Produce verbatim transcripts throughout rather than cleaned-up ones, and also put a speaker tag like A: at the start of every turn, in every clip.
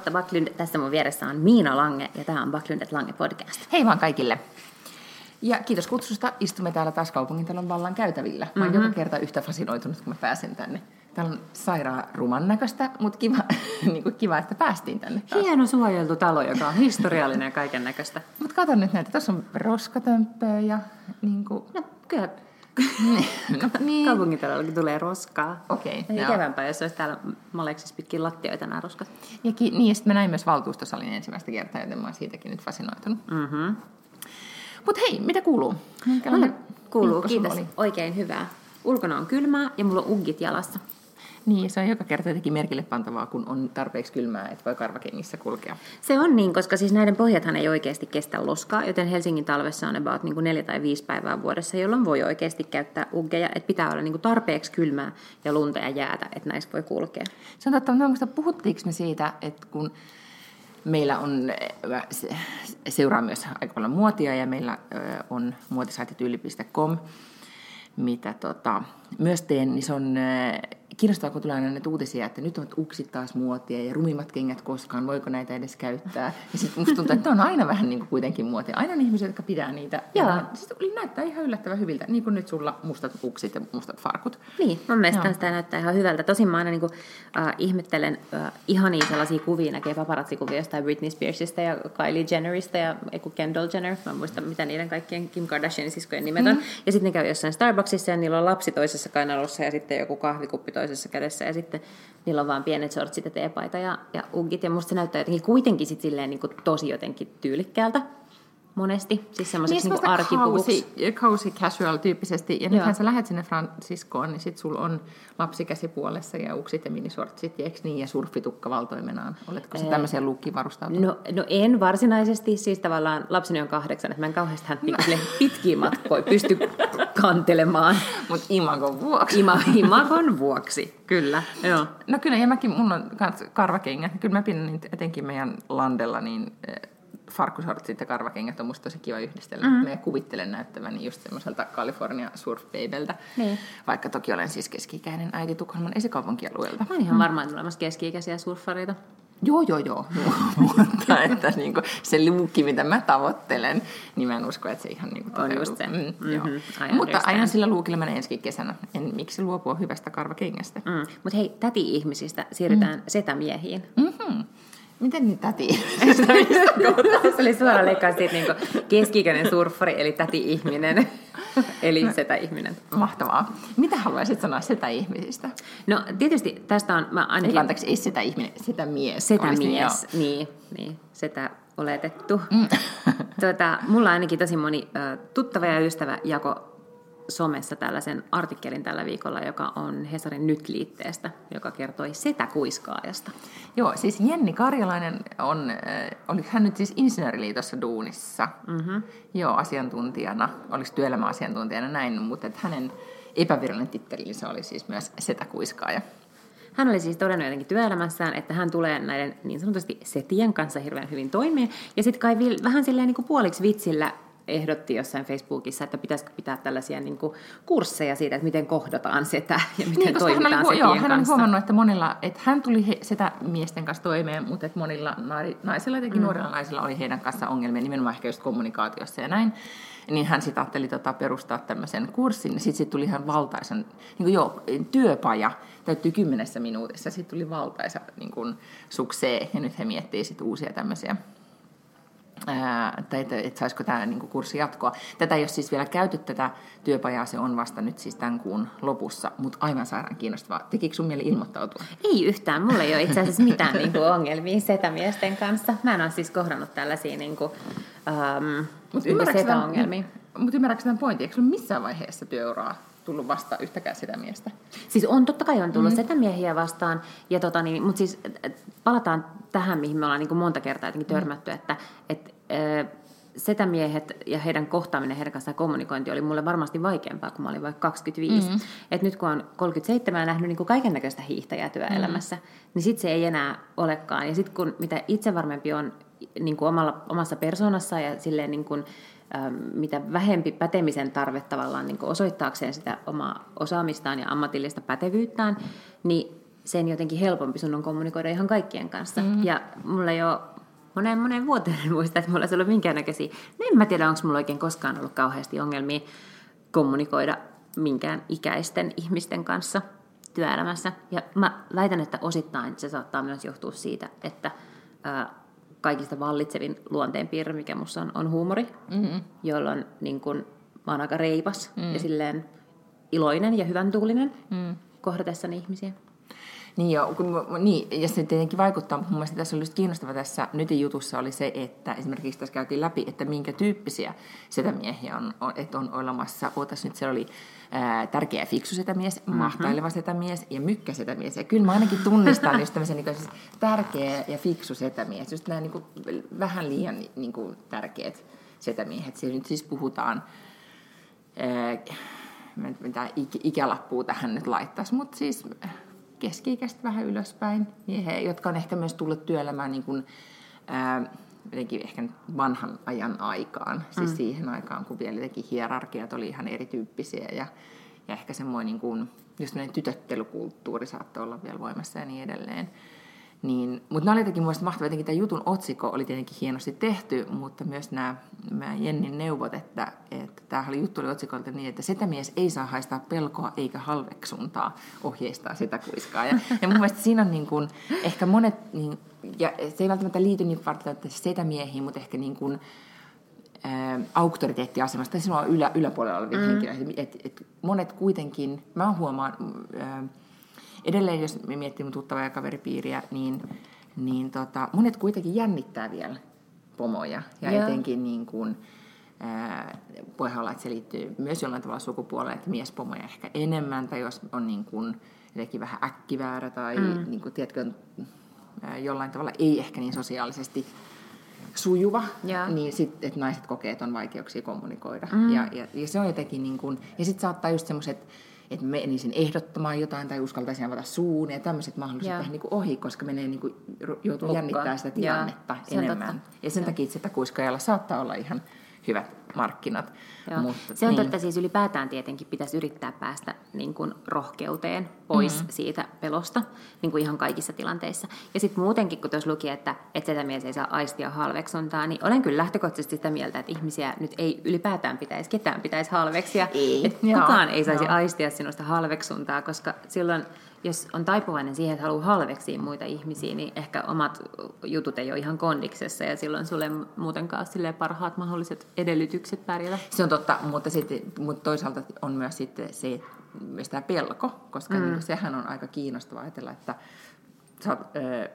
A: Lotta Backlund. Tässä mun vieressä on Miina Lange ja tämä on Backlund et Lange podcast.
B: Hei vaan kaikille. Ja kiitos kutsusta. Istumme täällä taas kaupungintalon vallan käytävillä. Mä oon mm-hmm. joka kerta yhtä fasinoitunut, kun mä pääsen tänne. Täällä on sairaan ruman näköistä, mutta kiva, niin kuin kiva, että päästiin tänne taas.
A: Hieno suojeltu talo, joka on historiallinen ja kaiken näköistä.
B: Mutta kato nyt näitä. Tuossa on roskatömppöä ja niin kuin...
A: No kyllä.
B: no, niin.
A: Kaupungintalollakin tulee roskaa.
B: Okei.
A: Okay, ikävämpää, jos olisi täällä maleksissa pitkin lattioita nämä roskat.
B: Ja, ki- niin, ja sitten mä näin myös valtuustosalin ensimmäistä kertaa, joten mä oon siitäkin nyt fasinoitunut.
A: Mm-hmm.
B: Mutta hei, mitä kuuluu?
A: Mulle kuuluu, kiitos. Oli? Oikein hyvää. Ulkona on kylmää ja mulla on uggit jalassa.
B: Niin, se on joka kerta jotenkin merkille pantavaa, kun on tarpeeksi kylmää, että voi karvakengissä kulkea.
A: Se on niin, koska siis näiden pohjathan ei oikeasti kestä loskaa, joten Helsingin talvessa on about niin kuin neljä tai viisi päivää vuodessa, jolloin voi oikeasti käyttää uggeja, että pitää olla niin kuin tarpeeksi kylmää ja lunta ja jäätä, että näissä voi kulkea.
B: Se on totta, mutta puhuttiinko me siitä, että kun meillä on, seuraa myös aika paljon muotia ja meillä on muotisaiti tyyli piste com, mitä tota, myös teen, niin se on kiinnostavaa, kun tulee aina näitä uutisia, että nyt ovat uksit taas muotia ja rumimmat kengät koskaan, voiko näitä edes käyttää. Ja sitten musta tuntuu, että ne on aina vähän niin kuin kuitenkin muotia. Aina on ihmisiä, jotka pitää niitä. Ja sitten näyttää ihan yllättävän hyviltä, niin kuin nyt sulla mustat uksit ja mustat farkut.
A: Niin, mun mielestä sitä näyttää ihan hyvältä. Tosin mä aina niin kuin, äh, ihmettelen äh, ihania sellaisia kuvia, näkee paparazzi-kuvia jostain Britney Spearsista ja Kylie Jennerista ja eiku Kendall Jenner. Mä en muista, mitä niiden kaikkien Kim Kardashianin siskojen nimet on. Mm. Ja sitten ne käy jossain Starbucksissa ja niillä on lapsi toisessa kainalossa ja sitten joku kahvikuppi toisessa kädessä ja sitten niillä on vaan pienet shortsit ja teepaita ja, ja uggit ja musta se näyttää jotenkin kuitenkin sit silleen niin kuin tosi jotenkin tyylikkäältä monesti, siis semmoiseksi niin niin arkipuvuksi.
B: Cozy casual tyyppisesti ja nythän sä lähdet sinne Franciscoon, niin sit sulla on lapsikäsi puolessa ja uksit ja minishortsit ja eikö niin ja surfitukka valtoimenaan. Oletko se tämmöisiä luukkiin varustautunut?
A: No, no en varsinaisesti, siis tavallaan lapseni on kahdeksan, että mä en kauheasti hän no. pitkiä matkoja pysty kantelemaan.
B: Mutta imagon vuoksi.
A: Ima, imagon vuoksi, kyllä. Joo.
B: No kyllä, ja mäkin, mun on karvakengät, kyllä mä pidän niitä etenkin meidän landella, niin farkkusortsit ja karvakengät on musta tosi kiva yhdistellä. Mm-hmm. Mä kuvittelen näyttäväni just semmoiselta California surf-babeltä. Niin. Vaikka toki olen siis keski-ikäinen äiti Tukholman esikaupunkialueelta.
A: Mä oon ihan varmaan olemassa keski-ikäisiä surffareita.
B: Joo, joo, joo. Mutta että niinku, se luukki, mitä mä tavoittelen, niin mä en usko, että se ihan niinku
A: on just se.
B: Mm,
A: mm-hmm.
B: Mutta aina sillä luukilla menen ensi kesänä. En miksi luopua hyvästä karvakengästä.
A: Mm. Mutta hei, täti-ihmisistä siirrytään mm. setämiehiin.
B: Mm-hmm. Miten niin täti?
A: Se oli suora leikkaus siitä niin keski-ikäinen surffari, eli täti-ihminen, eli setä-ihminen.
B: Mahtavaa. Mitä haluaisit sanoa setä-ihmisistä?
A: No tietysti tästä on... Mä ainakin...
B: Anteeksi, ei setä-ihminen, setä-mies.
A: Setä-mies, niin, niin, setä oletettu. Mm. tuota, mulla ainakin tosi moni uh, tuttava ja ystävä jako somessa tällaisen artikkelin tällä viikolla, joka on Hesarin Nyt-liitteestä, joka kertoi setäkuiskaajasta.
B: Joo, siis Jenni Karjalainen on, äh, oli hän nyt siis Insinööriliitossa duunissa, mm-hmm. joo, asiantuntijana, olisi työelämäasiantuntijana näin, mutta että hänen epävirallinen tittelinsä oli siis myös setäkuiskaaja.
A: Hän oli siis todennut jotenkin työelämässään, että hän tulee näiden niin sanotusti setien kanssa hirveän hyvin toimeen, ja sitten kai vähän silleen niin kuin puoliksi vitsillä ehdotti jossain Facebookissa, että pitäisikö pitää tällaisia niin kuin kursseja siitä, että miten kohdataan setä ja miten niin, toimitaan
B: hän oli,
A: setien
B: joo,
A: kanssa.
B: Hän oli huomannut, että monilla, että hän tuli he, setä miesten kanssa toimeen, mutta että monilla naisilla, jotenkin mm. nuorilla naisilla oli heidän kanssa ongelmia, nimenomaan ehkä just kommunikaatiossa ja näin. Niin hän sitten ajatteli tota, perustaa tämmöisen kurssin, ja sitten sit tuli ihan valtaisen, niin kuin joo, työpaja täyttyy kymmenessä minuutissa, sitten tuli valtaisa niin kuin suksee, ja nyt he miettii sitten uusia tämmöisiä. Ää, tai että, että saisiko tämä niin kuin kurssi jatkoa. Tätä ei ole siis vielä käyty, tätä työpajaa, se on vasta nyt siis tämän kuun lopussa, mutta aivan sairaan kiinnostavaa. Tekikö sun mieli ilmoittautua?
A: Ei yhtään, mulla ei ole itse asiassa mitään niin kuin ongelmia setämiesten kanssa. Mä en ole siis kohdannut tällaisia niin kuin, um,
B: mutta setäongelmia. Mutta ymmärrätkö tämän pointin? Eikö sun missään vaiheessa työuraa tullut vasta yhtäkään setämiestä?
A: Siis on, totta kai on tullut mm. setämiehiä vastaan, ja tota, niin, mutta siis palataan tähän, mihin me ollaan niin kuin monta kertaa jotenkin törmätty, mm. että et, äh, setämiehet ja heidän kohtaaminen, heidän kanssaan kommunikointi oli mulle varmasti vaikeampaa, kun mä olin vaikka kaksikymmentäviisi. Mm. Et nyt kun on kolmekymmentäseitsemän ja nähnyt niin kuin kaiken näköistä hiihtäjää työelämässä, mm. niin sitten se ei enää olekaan. Ja sitten kun mitä itse varmempi on niin kuin omalla, omassa persoonassa ja silleen niin kuin, mitä vähempi pätemisen tarve tavallaan niin kuin osoittaakseen sitä omaa osaamistaan ja ammatillista pätevyyttään, niin sen jotenkin helpompi sun on kommunikoida ihan kaikkien kanssa.
B: Mm.
A: Ja mulla jo moneen moneen vuoteen en muista, että mulla ei ollut minkäännäköisiä. No en mä tiedä, onko mulla oikein koskaan ollut kauheasti ongelmia kommunikoida minkään ikäisten ihmisten kanssa työelämässä. Ja mä väitän, että osittain se saattaa myös johtua siitä, että ää, kaikista vallitsevin luonteenpiirre, mikä musta on, on huumori, mm-hmm. jolloin niin kun, mä oon aika reipas mm. ja silleen iloinen ja hyvän tuulinen mm. kohdatessani ihmisiä.
B: Niin, joo, kun, niin, ja se tietenkin vaikuttaa, mutta mun mielestä tässä oli just kiinnostava tässä Nytin jutussa oli se, että esimerkiksi tässä käytiin läpi, että minkä tyyppisiä setämiehiä on, on, että on olemassa. Ootas nyt, se oli ää, tärkeä ja fiksu setämies, mm-hmm. mahtaileva setämies ja mykkä setämies. Ja kyllä mä ainakin tunnistan just tämmöisen niin siis tärkeä ja fiksu setämies, just nämä niin kuin, vähän liian niin kuin, tärkeät setämiehet. Siellä nyt siis puhutaan, ää, mitä ikälappua tähän nyt laittaisi, mutta siis keski-ikäistä vähän ylöspäin miehiä, jotka on ehkä myös tullut työelämään niin kuin, ää, jotenkin ehkä vanhan ajan aikaan. Siis mm. siihen aikaan, kun vielä jotenkin hierarkiat oli ihan erityyppisiä ja, ja ehkä semmoinen niin kuin, just tytöttelykulttuuri saattoi olla vielä voimassa ja niin edelleen. Niin, mutta nämä oli jotenkin mun mielestä mahtavaa, jotenkin tämä jutun otsikko oli tietenkin hienosti tehty, mutta myös nämä, nämä Jennin neuvot, että, että tämähän oli juttu oli otsikolta niin, että setämies ei saa haistaa pelkoa eikä halveksuntaa, ohjeistaa setäkuiskaa. Ja, ja mun mielestä siinä on niin kuin, ehkä monet, niin, ja se ei välttämättä liity niin välttämättä setämiehiin, mutta ehkä niin kuin, ä, auktoriteettiasemasta, tai sinua on ylä, yläpuolella olevia mm. henkilöitä, että et monet kuitenkin, mä huomaan, ä, edelleen, jos me miettii mun tuttavaa ja kaveripiiriä, niin, niin tota, monet kuitenkin jännittää vielä pomoja. Ja yeah. etenkin niin kuin, ää, voihan olla, että se liittyy myös jollain tavalla sukupuoleen, että miespomoja ehkä enemmän, tai jos on niin kuin, jotenkin vähän äkkiväärä, tai mm. niin kuin, tiedätkö, ää, jollain tavalla ei ehkä niin sosiaalisesti sujuva, yeah. niin sitten, että naiset kokee, että on vaikeuksia kommunikoida. Mm. Ja, ja, ja se on jotenkin, niin kuin, ja sitten saattaa just semmoiset, että menisin ehdottamaan jotain tai uskaltaisin avata suun ja tämmöiset mahdollisuudet tehdä niin kuin ohi, koska menee niin kuin, joutuu Hukkaan. jännittämään sitä tilannetta ja, enemmän. Ja sen ja. takia että kuiskaajalla saattaa olla ihan hyvät markkinat.
A: Mutta, se on niin. totta, siis ylipäätään tietenkin pitäisi yrittää päästä niin kuin rohkeuteen pois mm-hmm. siitä pelosta niin kuin ihan kaikissa tilanteissa. Ja sitten muutenkin, kun tuossa luki, että, että setämies ei saa aistia halveksuntaa, niin olen kyllä lähtökohtaisesti sitä mieltä, että ihmisiä nyt ei ylipäätään pitäisi, ketään pitäisi halveksia. Ei. Että kukaan ei saisi Joo. aistia sinusta halveksuntaa, koska silloin, jos on taipuvainen siihen, että haluaa halveksia muita ihmisiä, niin ehkä omat jutut ei ole ihan kondiksessa ja silloin sulle muutenkaan sille parhaat mahdolliset edellytykset pärjätä.
B: Se on totta, mutta, sitten, mutta toisaalta on myös sitten se, myös tämä pelko, koska mm. niin sehän on aika kiinnostavaa ajatella, että sä oot,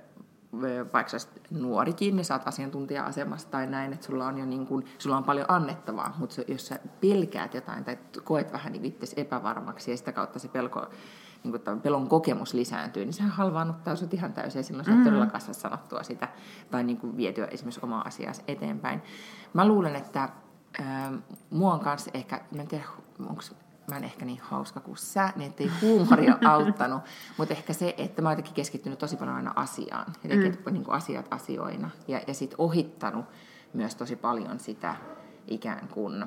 B: vaikka sä olisit nuorikin, niin sä oot asiantuntija-asemassa tai näin, että sulla on jo niin kuin, sulla on paljon annettavaa, mutta jos sä pelkäät jotain tai koet vähän niin itsesi epävarmaksi ja sitä kautta se pelko, niin kuin pelon kokemus lisääntyy, niin sehän halvaannuttaa sut ihan täysin ja silloin sä et todellakaan saa sanottua sitä tai niin kuin vietyä esimerkiksi omaa asiaa eteenpäin. Mä luulen, että äh, mua on kanssa ehkä, mä en tiedä, onko mä en ehkä niin hauska kuin sä, niin ettei huumori ole auttanut, mutta ehkä se, että mä oon jotenkin keskittynyt tosi paljon aina asiaan, jotenkin mm. niin kuin asiat asioina, ja, ja sitten ohittanut myös tosi paljon sitä ikään kuin,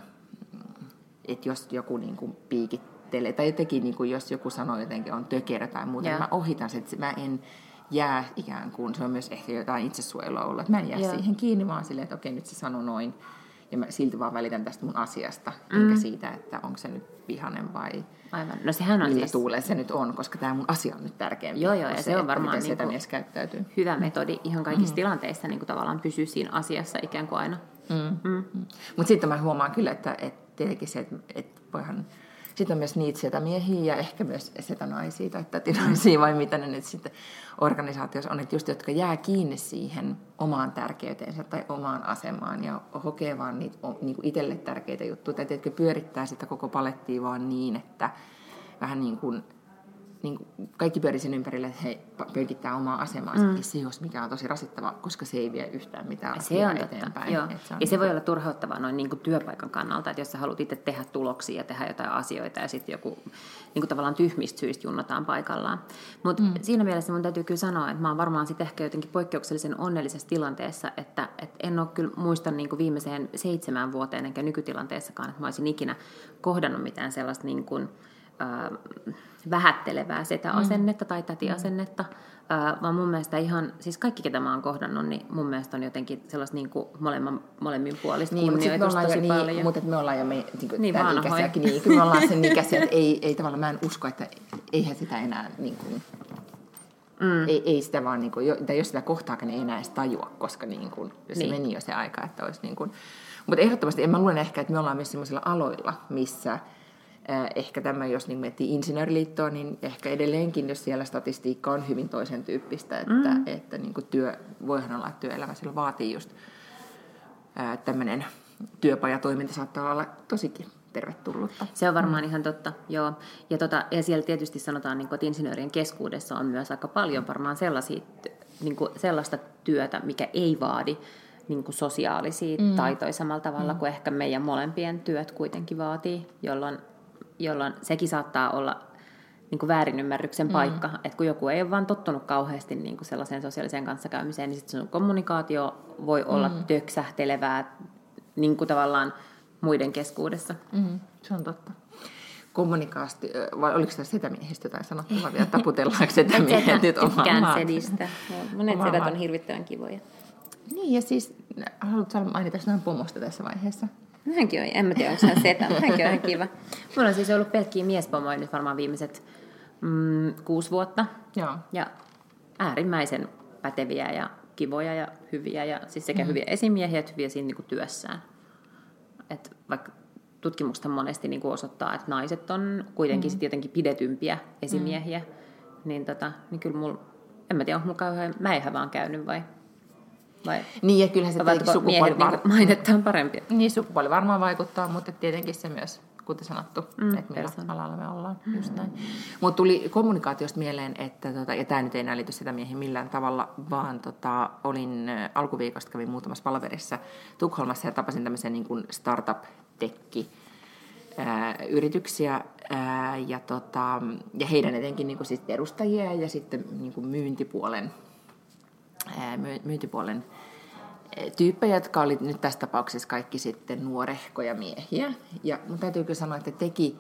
B: että jos joku niin kuin piikittelee, tai jotenkin niin kuin jos joku sanoo jotenkin on tökerä tai muuta, yeah. mä ohitan se, että mä en jää ikään kuin, se on myös ehkä jotain itsesuojelua ollut, että mä en jää yeah. siihen kiinni, vaan silleen, että okei, nyt se sanoo noin, ja mä silti vaan välitän tästä mun asiasta, mm. eikä siitä, että onko se nyt vihanen vai
A: Aivan. No sehän on
B: millä
A: siis
B: tuuleen se nyt on, koska tämä mun asia on nyt tärkeämpi.
A: Joo, joo, ja se, se on varmaan
B: niin kuin käyttäytyy.
A: hyvä metodi ihan kaikissa mm. tilanteissa niin kuin tavallaan pysyä siinä asiassa ikään kuin aina.
B: Mm. Mm. Mm. Mutta sitten mä huomaan kyllä, että, että tietenkin se, että, että voihan sitten on myös niitä setämiehiä ja ehkä myös setänaisia tai tätinaisia vai mitä ne nyt sitten organisaatiossa on, että just jotka jää kiinni siihen omaan tärkeyteensä tai omaan asemaan ja hokee vaan niitä niin kuin itselle tärkeitä juttuja. Tai tietenkin pyörittää sitä koko palettia vaan niin, että vähän niin kuin, niin kuin kaikki pyörii sen ympärille, että he pönkittää omaa asemaansa. Mm. Ja se jos mikä on tosi rasittavaa, koska se ei vie yhtään mitään
A: se on eteenpäin. Joo. Se on ja se voi olla turhauttavaa noin niin kuin työpaikan kannalta, että jos sä haluat itse tehdä tuloksia ja tehdä jotain asioita ja sitten joku niin kuin tavallaan tyhmistä syistä junnataan paikallaan. Mutta mm. siinä mielessä mun täytyy kyllä sanoa, että mä oon varmaan sitten ehkä jotenkin poikkeuksellisen onnellisessa tilanteessa, että, että en ole kyllä muista niin kuin viimeiseen seitsemän vuoteen enkä nykytilanteessakaan, että mä olisin ikinä kohdannut mitään sellaista niin kuin äh, vähättelevää setä-asennetta mm. tai täti-asennetta, äh, vaan mun mielestä ihan, siis kaikki ketä mä oon kohdannut, niin mun mielestä on jotenkin sellaista niin kuin molemmin, molemmin puolista
B: niin,
A: kunnioitusta tosi
B: niin,
A: paljon.
B: Mutta me ollaan jo me, niin kuin,
A: niin
B: tämän ikäisiäkin, niin kyllä me ollaan sen ikäisiä, että ei, ei tavallaan, mä en usko, että eihän sitä enää, niin kuin, mm. ei, ei sitä vaan, niin kuin, tai jos sitä kohtaakaan, niin ei enää edes tajua, koska niin kuin, se niin. meni jo se aika, että olisi niin kuin, mutta ehdottomasti, en mä luulen ehkä, että me ollaan myös sellaisilla aloilla, missä Äh, ehkä tämä, jos niin miettii insinööriliittoa, niin ehkä edelleenkin, jos siellä statistiikka on hyvin toisen tyyppistä, että, mm. että niin kuin työ, voihan olla, että työelämä sillä vaatii just äh, tämmöinen työpajatoiminta saattaa olla tosikin tervetullutta.
A: Se on varmaan mm. ihan totta, joo. Ja, tota, ja siellä tietysti sanotaan, niin kuin, että insinöörien keskuudessa on myös aika paljon varmaan sellaisia, niin kuin sellaista työtä, mikä ei vaadi niin kuin sosiaalisia mm. taitoja samalla tavalla mm. kuin ehkä meidän molempien työt kuitenkin vaatii, jolloin jolloin sekin saattaa olla niin kuin väärinymmärryksen paikka, mm. että kun joku ei ole vaan tottunut kauheasti niin kuin sellaiseen sosiaaliseen kanssakäymiseen, niin sitten sun kommunikaatio voi olla mm. töksähtelevää niin kuin tavallaan muiden keskuudessa.
B: Mm. Se on totta. Kommunikaasti, vai oliko tässä setämiehistä jotain sanottavaa vielä? Taputellaanko setämiehet nyt omaa
A: Tykkään
B: maat?
A: sedistä. Monet sedät on hirvittävän kivoja.
B: Niin, ja siis haluatko mainita sinä pomosta tässä vaiheessa?
A: Hänkin on, en mä tiedä, onko hän setä, mutta hänkin on ihan kiva. Mulla on siis ollut pelkkiä miespomoja nyt varmaan viimeiset mm, kuusi vuotta.
B: Joo.
A: Ja äärimmäisen päteviä ja kivoja ja hyviä. Ja siis sekä mm. hyviä esimiehiä että hyviä siinä niin kuin työssään. Et vaikka tutkimukset monesti niin kuin osoittaa, että naiset on kuitenkin mm. sit jotenkin pidetympiä esimiehiä. Mm. Niin, tota, niin kyllä mulla, en mä tiedä, onko mulla kauhean mäihä vaan käynyt vai... Vai
B: niin, ja kyllähän se tietenkin sukupuoli...
A: Var... Niin mainetta on parempia.
B: Niin, sukupuoli varmaan vaikuttaa, mutta tietenkin se myös, kuten sanottu, mm, että millä alalla me ollaan, mm. just näin. Mutta tuli kommunikaatiosta mieleen, että, tota, ja tämä nyt ei enää liity sitä miehiin millään tavalla, vaan tota, olin alkuviikosta, kävin muutamassa palaverissa Tukholmassa ja tapasin tämmöisen niin kuin startup-tekki, yrityksiä ää, ja, tota, ja heidän etenkin niin kuin siis edustajia ja sitten niin kuin myyntipuolen myyntipuolen tyyppejä, jotka oli nyt tässä tapauksessa kaikki sitten nuorehkoja miehiä. Ja mun täytyy kyllä sanoa, että teki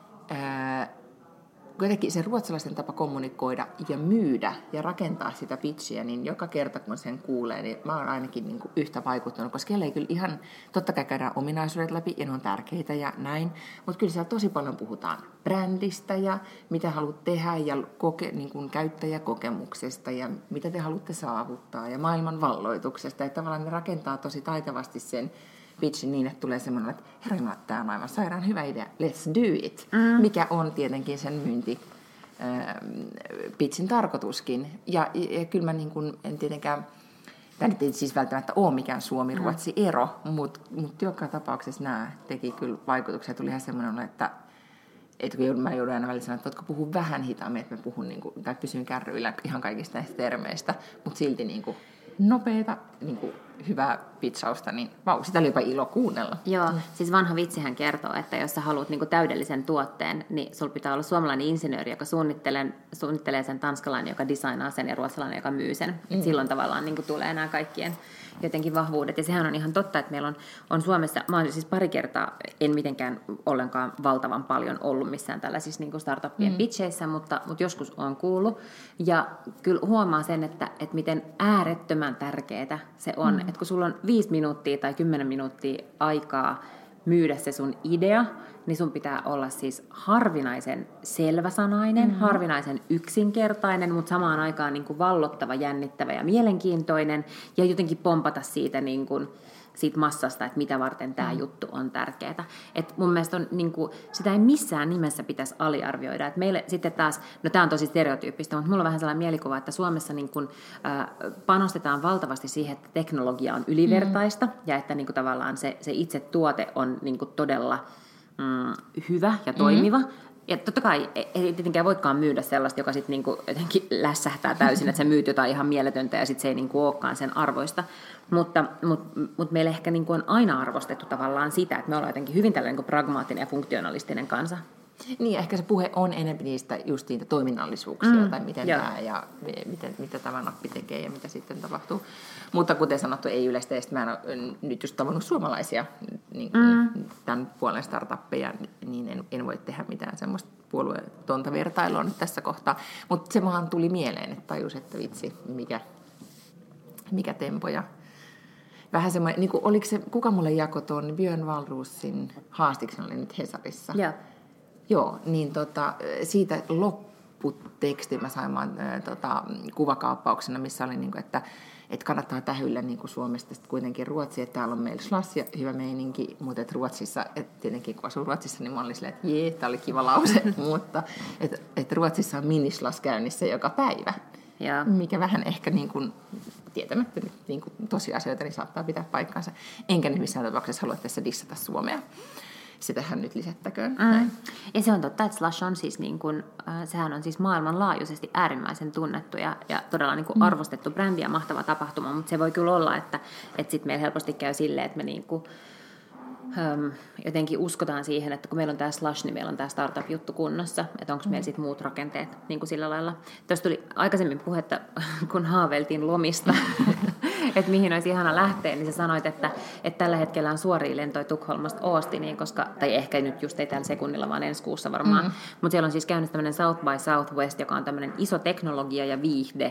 B: ää, kuitenkin se ruotsalaisen tapa kommunikoida ja myydä ja rakentaa sitä pitchiä, niin joka kerta kun sen kuulee, niin mä oon ainakin niin kuin yhtä vaikuttunut, koska siellä ei kyllä ihan, totta kai käydään ominaisuudet läpi ja ne on tärkeitä ja näin, mutta kyllä siellä tosi paljon puhutaan brändistä ja mitä haluat tehdä ja koke, niin kuin käyttäjäkokemuksesta ja mitä te haluatte saavuttaa ja maailman valloituksesta, ja tavallaan ne rakentaa tosi taitavasti sen pitchin niin, että tulee semmoinen, että herra, tämä on aivan sairaan hyvä idea, let's do it, mm. mikä on tietenkin sen myynti äh, pitchin tarkoituskin. Ja, ja, ja kyllä mä niin kuin, en tietenkään, tämä nyt ei siis välttämättä ole mikään Suomi-Ruotsi-ero, mm. mutta mut joka tapauksessa nämä teki kyllä vaikutuksia. Tuli ihan semmoinen, että, että kun mä joudun aina välillä sanoa, että voitko puhua vähän hitaammin, että mä puhun niin kuin, tai pysyn kärryillä ihan kaikista näistä termeistä, mutta silti niin kuin, nopeata, niin kuin, hyvää pitsausta, niin vau, sitä oli jopa ilo kuunnella.
A: Joo, mm. siis vanha vitsihän kertoo, että jos sä haluat niin kuin täydellisen tuotteen, niin sulla pitää olla suomalainen insinööri, joka suunnittelee, suunnittelee sen, tanskalainen, joka designaa sen ja ruotsalainen, joka myy sen. Mm. Et silloin tavallaan niin kuin tulee nämä kaikkien jotenkin vahvuudet. Ja sehän on ihan totta, että meillä on, on Suomessa, mä olen siis pari kertaa, en mitenkään ollenkaan valtavan paljon ollut missään tällaisissa niin kuin startuppien mm. pitcheissä, mutta, mutta joskus on kuullut. Ja kyllä huomaa sen, että, että miten äärettömän tärkeää se on, mm. että kun sulla on viisi minuuttia tai kymmenen minuuttia aikaa myydä se sun idea, niin sun pitää olla siis harvinaisen selväsanainen, mm-hmm. harvinaisen yksinkertainen, mutta samaan aikaan niin kuin vallottava, jännittävä ja mielenkiintoinen, ja jotenkin pompata siitä, niin kuin, siitä massasta, että mitä varten tämä mm. juttu on tärkeää. Et mun mielestä on, niin kuin, sitä ei missään nimessä pitäisi aliarvioida. Et meille sitten taas, no tämä on tosi stereotyyppistä, mutta mulla on vähän sellainen mielikuva, että Suomessa niin kuin, äh, panostetaan valtavasti siihen, että teknologia on ylivertaista, mm. ja että niin kuin, tavallaan se, se itse tuote on niin kuin, todella mm, hyvä ja toimiva. Mm-hmm. Ja totta kai ei tietenkään voikaan myydä sellaista, joka sitten niinku jotenkin lässähtää täysin, että sä myyt jotain ihan mieletöntä ja sitten se ei niinku olekaan sen arvoista. Mutta, mutta, mutta meillä ehkä niinku on aina arvostettu tavallaan sitä, että me ollaan jotenkin hyvin tällainen niinku pragmaattinen ja funktionalistinen kansa.
B: Niin, ehkä se puhe on enemmän niistä just niitä toiminnallisuuksia, mm, tai miten
A: joo.
B: tämä ja miten, mitä tämä nappi tekee ja mitä sitten tapahtuu. Mutta kuten sanottu, ei yleisesti, mä en ole nyt just tavannut suomalaisia niin, mm. tämän puolen startuppeja, niin en, en voi tehdä mitään semmoista puolueetonta vertailua nyt tässä kohtaa. Mutta se vaan tuli mieleen, että tajus, että vitsi, mikä, mikä tempo. Ja vähän semmoinen, niin kuin, oliko se, kuka mulle jakoi tuon Björn Wahlroosin haastiksen, oli nyt Hesarissa.
A: Ja.
B: Joo, niin tota, siitä lopputeksti mä sain maan, äh, tota, kuvakaappauksena, missä oli, niin kuin, että et kannattaa tähyillä niin kuin Suomesta sitten kuitenkin Ruotsi, että täällä on meillä slash ja hyvä meininki, mutta et Ruotsissa, et tietenkin kun asuu Ruotsissa, niin mä olin silleen, että jee, tää oli kiva lause, mutta että et Ruotsissa on minislas käynnissä joka päivä,
A: ja.
B: Mikä vähän ehkä niin kuin, tietämättä niin kuin tosiasioita, niin saattaa pitää paikkansa. Enkä nyt missään tapauksessa halua tässä dissata Suomea. Sitähän nyt lisättäköön. Mm.
A: Ja se on totta, että Slush on siis, niin kuin, äh, sehän on siis maailmanlaajuisesti äärimmäisen tunnettu ja, ja todella niin kuin mm. arvostettu brändi ja mahtava tapahtuma, mutta se voi kyllä olla, että, että sitten meillä helposti käy silleen, että me niin kuin, ähm, jotenkin uskotaan siihen, että kun meillä on tämä Slush, niin meillä on tämä startup-juttu kunnossa, että onko mm. meillä sitten muut rakenteet niin kuin sillä lailla. Tuossa tuli aikaisemmin puhetta, kun haaveiltiin lomista, että mihin olisi ihana lähteä, niin sä sanoit, että, että tällä hetkellä on suoria lentoja Tukholmasta Austiniin, koska, tai ehkä nyt just ei tällä sekunnilla, vaan ensi kuussa varmaan, mm. mutta siellä on siis käynnissä tämmöinen South by Southwest, joka on tämmöinen iso teknologia- ja viihde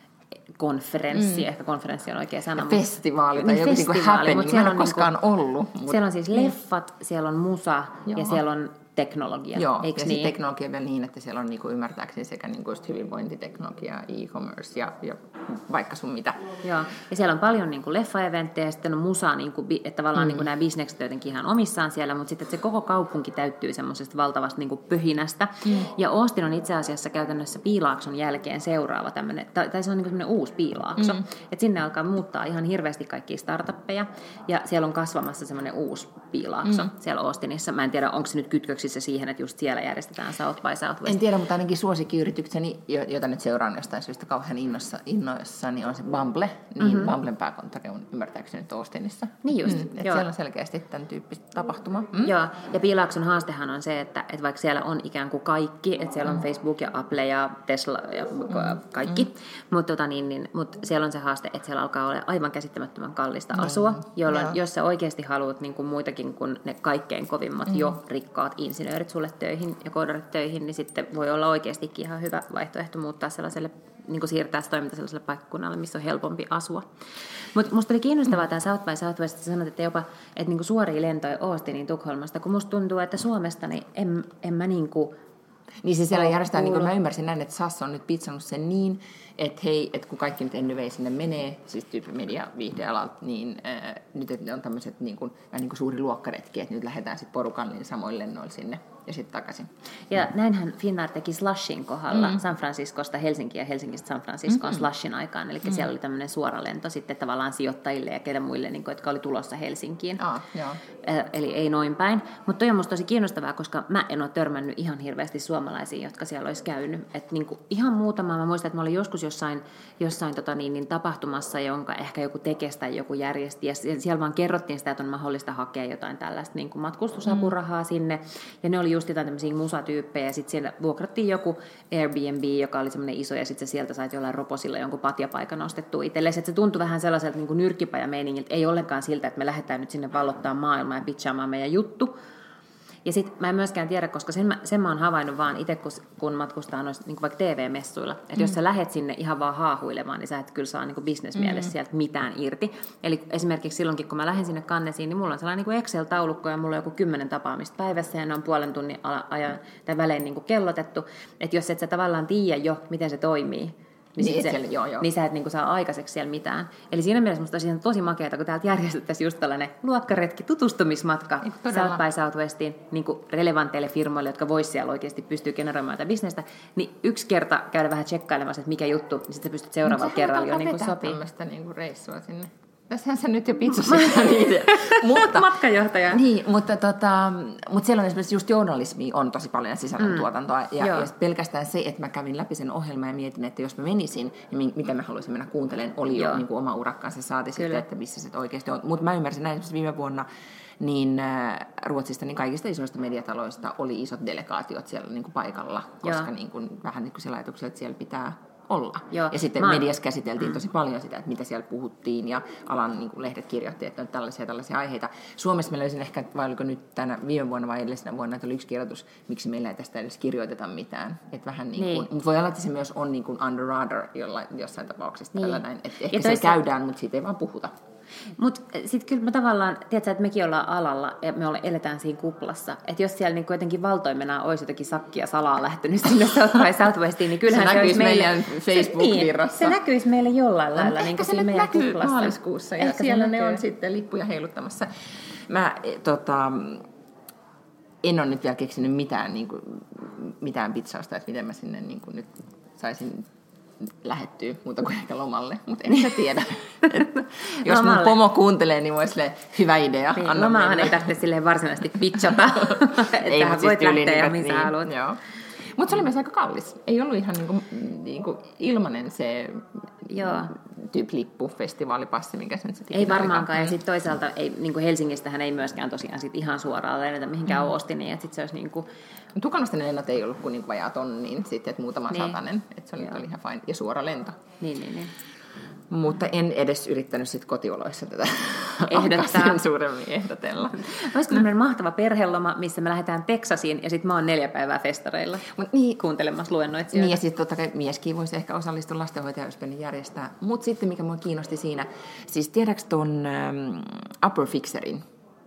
A: konferenssi, mm. ehkä konferenssi on oikea sana.
B: Festivaali tai joku niin happening, mä en ole koskaan niin kuin, ollut. Mutta
A: siellä on siis leffat, siellä on musa Joo. ja siellä on teknologia,
B: Joo,
A: eikö
B: ja
A: niin?
B: teknologia vielä niin, että siellä on niinku ymmärtääkseni sekä niinku just hyvinvointiteknologia, e-commerce ja, ja vaikka sun mitä.
A: Joo, ja siellä on paljon niinku leffa-eventtejä ja sitten on musa, niinku, että tavallaan mm. niinku nämä bisnekset jotenkin ihan omissaan siellä, mutta sitten se koko kaupunki täyttyy semmoisesta valtavasta niinku pöhinästä. Mm. Ja Austin on itse asiassa käytännössä Piilaakson jälkeen seuraava tämmöinen, tai, tai se on niinku semmoinen uusi Piilaakso, mm. että sinne alkaa muuttaa ihan hirveästi kaikkia startuppeja, ja siellä on kasvamassa semmoinen uusi Piilaakso mm. siellä Austinissa. Mä en tiedä, onko se nyt kytköksissä siihen, että just siellä järjestetään South by Southwest.
B: En tiedä, mutta ainakin suosikkiyritykseni, jota nyt seuraan jostain syystä kauhean innossa, innoissa, niin on se Bumble. Niin mm-hmm. Bumblen pääkonttori on ymmärtääkseni nyt Austinissa.
A: Niin just.
B: Mm, siellä on selkeästi tämän tyyppistä tapahtumaa. Mm?
A: Joo, ja Piilaakson haastehan on se, että, että vaikka siellä on ikään kuin kaikki, että siellä on mm. Facebook ja Apple ja Tesla ja mm. kaikki, mm. mutta tota niin, niin, mut siellä on se haaste, että siellä alkaa olla aivan käsittämättömän kallista mm. asua, jolloin jos sä oikeasti haluat niin kuin muitakin kuin ne kaikkein kovimmat mm. jo rikkaat insinöörit sulle töihin ja koodarit töihin, niin sitten voi olla oikeastikin ihan hyvä vaihtoehto muuttaa sellaiselle, niin kuin siirtää se toiminta sellaiselle paikkakunnalle, missä on helpompi asua. Mutta musta oli kiinnostavaa tämä South by Southwest, että sanot, että jopa että niinku suoria lentoja Austiniin Tukholmasta, kun musta tuntuu, että Suomesta niin en, en mä niinku...
B: Niin se siellä järjestää, niin kuin mä ymmärsin näin, että S A S on nyt pitsannut sen niin, että hei, että kun kaikki nyt anyway sinne menee, siis tyyppi media viihdealalta, niin äh, nyt että ne on tämmöiset niin kuin, niin kuin suuri luokkaretki, että nyt lähdetään sitten porukan niin samoin lennoilla sinne ja sitten takaisin.
A: Ja näinhän Finnair teki Slushin kohdalla mm. San Franciscosta Helsinkiin ja Helsingistä San Franciscoon mm-hmm. Slushin aikaan, eli mm. siellä oli tämmöinen suora lento sitten tavallaan sijoittajille ja keille muille, niin kuin, jotka oli tulossa Helsinkiin.
B: Ah, joo.
A: Äh, eli ei noin päin. Mutta toi on musta tosi kiinnostavaa, koska mä en ole törmännyt ihan hirveästi suomalaisiin, jotka siellä olisi käynyt. Et niin kuin ihan muutama, mä muistan, että mä olin joskus jossain, jossain tota niin, niin tapahtumassa, jonka ehkä joku tekes tai joku järjesti, ja siellä vaan kerrottiin sitä, että on mahdollista hakea jotain tällaista niin kuin matkustusapurahaa mm. sinne, ja ne oli just jotain tämmöisiä musatyyppejä, ja sitten siellä vuokrattiin joku Airbnb, joka oli semmoinen iso, ja sitten sieltä sait jollain roposilla jonkun patjapaikan ostettua itsellesi, että se tuntui vähän sellaiselta niin kuin nyrkkipajameiningiltä, ei ollenkaan siltä, että me lähdetään nyt sinne vallottaa maailmaa ja pitchaamaan meidän juttu. Ja sitten mä en myöskään tiedä, koska sen mä, sen mä oon havainnut vaan itse, kun, kun matkustaa noissa, niin vaikka T V-messuilla, että mm. jos sä lähet sinne ihan vaan haahuilemaan, niin sä et kyllä saa niin bisnesmielessä mm. sieltä mitään irti. Eli esimerkiksi silloinkin, kun mä lähden sinne Cannesiin, niin mulla on sellainen niin Excel-taulukko ja mulla on joku kymmenen tapaamista päivässä ja ne on puolen tunnin ajan tai välein niin kellotettu. Että jos et sä tavallaan tiedä jo, miten se toimii, Niin, niin, se, siellä, joo, joo. niin sä et niinku saa aikaiseksi siellä mitään. Eli siinä mielessä musta olisi tosi makeata, kun täältä järjestettäisiin just tällainen luokkaretki, tutustumismatka niin, South by Southwestiin niinku relevanteille firmoille, jotka vois siellä oikeasti pystyy generoimaan tätä bisnestä, niin yksi kerta käydä vähän tsekkailemassa, että mikä juttu, niin sitten sä pystyt seuraavalla kerralla jo niinku sopii.
B: Tämmöistä niinku reissua sinne. Tässähän sä nyt jo pitsusit niitä.
A: mutta, matkajohtaja.
B: Niin, mutta, tota, mutta siellä on esimerkiksi just journalismi on tosi paljon sisällöntuotantoa. Mm. Ja, ja pelkästään se, että mä kävin läpi sen ohjelman ja mietin, että jos mä menisin, niin mitä mä haluaisin mennä kuuntelemaan, oli jo niin kuin oma urakkaansa saati sitten, että missä se oikeasti on. Mutta mä ymmärsin näin esimerkiksi viime vuonna, niin Ruotsista niin kaikista isoista mediataloista oli isot delegaatiot siellä niin kuin paikalla, koska niin kuin, vähän niin kuin sillä ajatuksella, että siellä pitää olla.
A: Joo.
B: Ja sitten
A: Mä...
B: mediassa käsiteltiin tosi paljon sitä, että mitä siellä puhuttiin, ja alan niin kuin lehdet kirjoitti, että on tällaisia tällaisia aiheita. Suomessa mä löysin ehkä, vai oliko nyt tänä viime vuonna vai edellisenä vuonna, että oli yksi kirjoitus, miksi meillä ei tästä edes kirjoiteta mitään. Että vähän niin kuin, niin. Mutta voi olla, että se myös on niin kuin under radar jollain, jossain tapauksessa niin. Tällä näin. Että ehkä toisa... se käydään, mutta siitä ei vaan puhuta.
A: Mutta sitten kyllä mä tavallaan, tiedätkö, että mekin ollaan alalla ja me eletään siinä kuplassa. Että jos siellä niin jotenkin valtoimenaan olisi jotakin sakkia salaa lähtenyt sinne South by Southwestiin, niin kyllähän
B: se,
A: se
B: näkyisi
A: meille,
B: meidän Facebook-virrassa.
A: Se, niin, se näkyisi meille jollain no, lailla niin siinä meidän
B: näkyy
A: kuplassa.
B: Maaliskuussa ja ehkä siellä ne on sitten lippuja heiluttamassa. Mä tota, en ole nyt vielä keksinyt mitään, niin kuin, mitään pitsausta, että miten mä sinne niin kuin nyt saisin lähettyä muuta kuin ehkä lomalle, mutta en sä tiedä. Jos mun pomo kuuntelee, niin voi silleen, hyvä idea.
A: Niin, anna lomaahan ei tarvitse silleen varsinaisesti pitchata.
B: Ei,
A: että voit
B: siis
A: lähteä ja
B: niin,
A: missä
B: niin,
A: haluat.
B: Joo. Mutta se oli myös aika kallis. Ei ollut ihan niinku, niinku ilmanen se tyyp-lippu, festivaalipassi, minkä sen sitten
A: ei varmaankaan. Ja sitten toisaalta ei, niinku Helsingistähän ei myöskään tosiaan sit ihan suoraan lennetä mihinkään mm. Oostiin, niin että sitten se olisi niinku...
B: Tukanosta ne lennot ei ollut kuin niinku vajaa tonnin, sitten että muutama niin. satanen. Että se oli, oli ihan fine. Ja suora lento.
A: Niin, niin, niin.
B: Mutta en edes yrittänyt sit kotioloissa tätä
A: ehdottaa
B: suuremmin ehdotella.
A: Olisiko tämmöinen mahtava perheloma, missä me lähdetään Teksasiin ja sitten mä oon neljä päivää festareilla
B: Mut niin,
A: kuuntelemassa luennoitsijoita.
B: Niin ja sitten totta kai mieskin voisi ehkä osallistua lastenhoitajayspäinen järjestää. Mutta sitten mikä mua kiinnosti siinä, siis tiedätkö ton um, Upper Fixerin?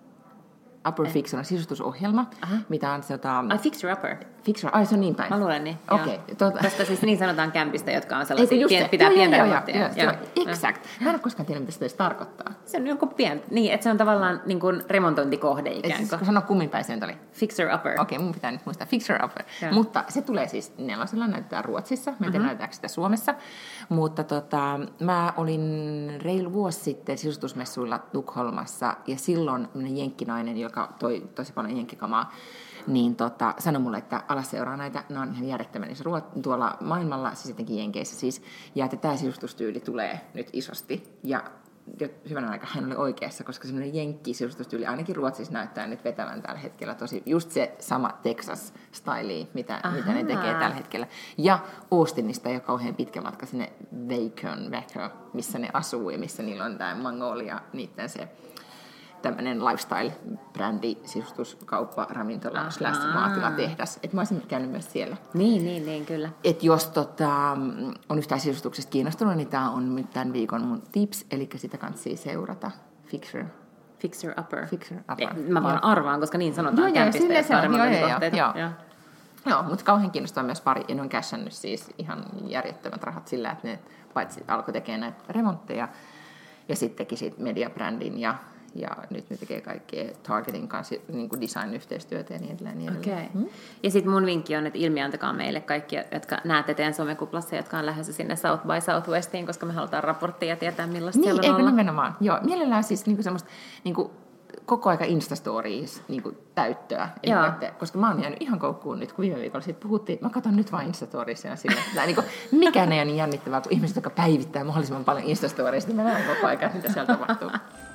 B: Upper eh. Fixer on sisustusohjelma, Aha. mitä on tota...
A: Ai, Fixer Upper.
B: Fixer, ai se on niin päin.
A: Mä luulen niin.
B: Okei. Okay, tota...
A: Koska siis niin sanotaan kämpistä, jotka on sellaisia, pien, pitää pientä remonttia.
B: Exakt. Mä en ole koskaan tiedä, mitä se edes tarkoittaa.
A: Se on joku pieni, niin, että se on tavallaan niin kuin remontointikohde ikään kuin.
B: Siis, kun sano kummin päin se oli?
A: Fixer Upper.
B: Okei, okay, mun pitää nyt muistaa. Fixer Upper. Ja. Mutta se tulee siis nelosella, näytetään Ruotsissa. Mä en tiedä, mm-hmm. näytetäänkö sitä Suomessa. Mutta tota, mä olin reilu vuosi sitten sisustusmessuilla Tukholmassa, ja silloin jenkkinainen, joka toi tosi paljon jenkkikamaa, niin tota, sanoi mulle, että ala seuraa näitä, nämä on ihan järjettömän iso ruo- tuolla maailmalla, siis jotenkin Jenkeissä siis, ja että tämä sisustustyyli tulee nyt isosti, ja hyvänä aika hän oli oikeassa, koska semmoinen jenkki-sisustustyyli ainakin Ruotsissa näyttää nyt vetävän tällä hetkellä tosi, just se sama Texas-styli, mitä, mitä ne tekee tällä hetkellä. Ja Austinista ei ole kauhean pitkä matka sinne Wacoon, Waco, missä ne asuu ja missä niillä on tämä Magnolia, niiden se tämmöinen lifestyle-brändi, sisustuskauppa, ravintola, slash maatilatehdas. Että mä olisin käynyt myös siellä.
A: Niin, niin, niin, kyllä.
B: Että jos tota, on yhtään sisustuksesta kiinnostunut, niin tämä on nyt tämän viikon mun tips, eli sitä kannattaa seurata. Fixer.
A: Fixer Upper.
B: Fixer Upper.
A: Mä vaan arvaan, koska niin sanotaan kämpistä ja remontointikohteita.
B: Joo, joo, joo. Joo, mutta kauhean kiinnostaa myös pari. Ja ne on cashannut siis ihan järjettömät rahat sillä, että ne paitsi alkoi tekemään näitä remontteja ja sitten teki siitä mediabrändin ja Ja nyt ne tekee kaikkea Targetin kanssa niin kuin design-yhteistyötä ja niin edelleen. Niin
A: Okei. Okay. Hmm? Ja sitten mun vinkki on, että ilmiantakaa meille kaikki, jotka näette teidän somekuplassa, jotka on lähdössä sinne South by Southwestiin, koska me halutaan raporttia ja tietää, millaista
B: niin,
A: siellä on olla.
B: Niin, eikö nimenomaan. Joo, mielellään siis niin kuin semmoista niin kuin koko aika Instastories niin kuin täyttöä. Että, koska mä oon jäänyt ihan koukkuun nyt, kun viime viikolla siitä puhuttiin. Mä katson nyt vain Instastoriesia sillä. Niin kuin, mikään ei ole niin jännittävää, kun ihmiset, jotka päivittää mahdollisimman paljon Instastoriesia, niin mä näen koko aika, mitä siellä tapahtuu.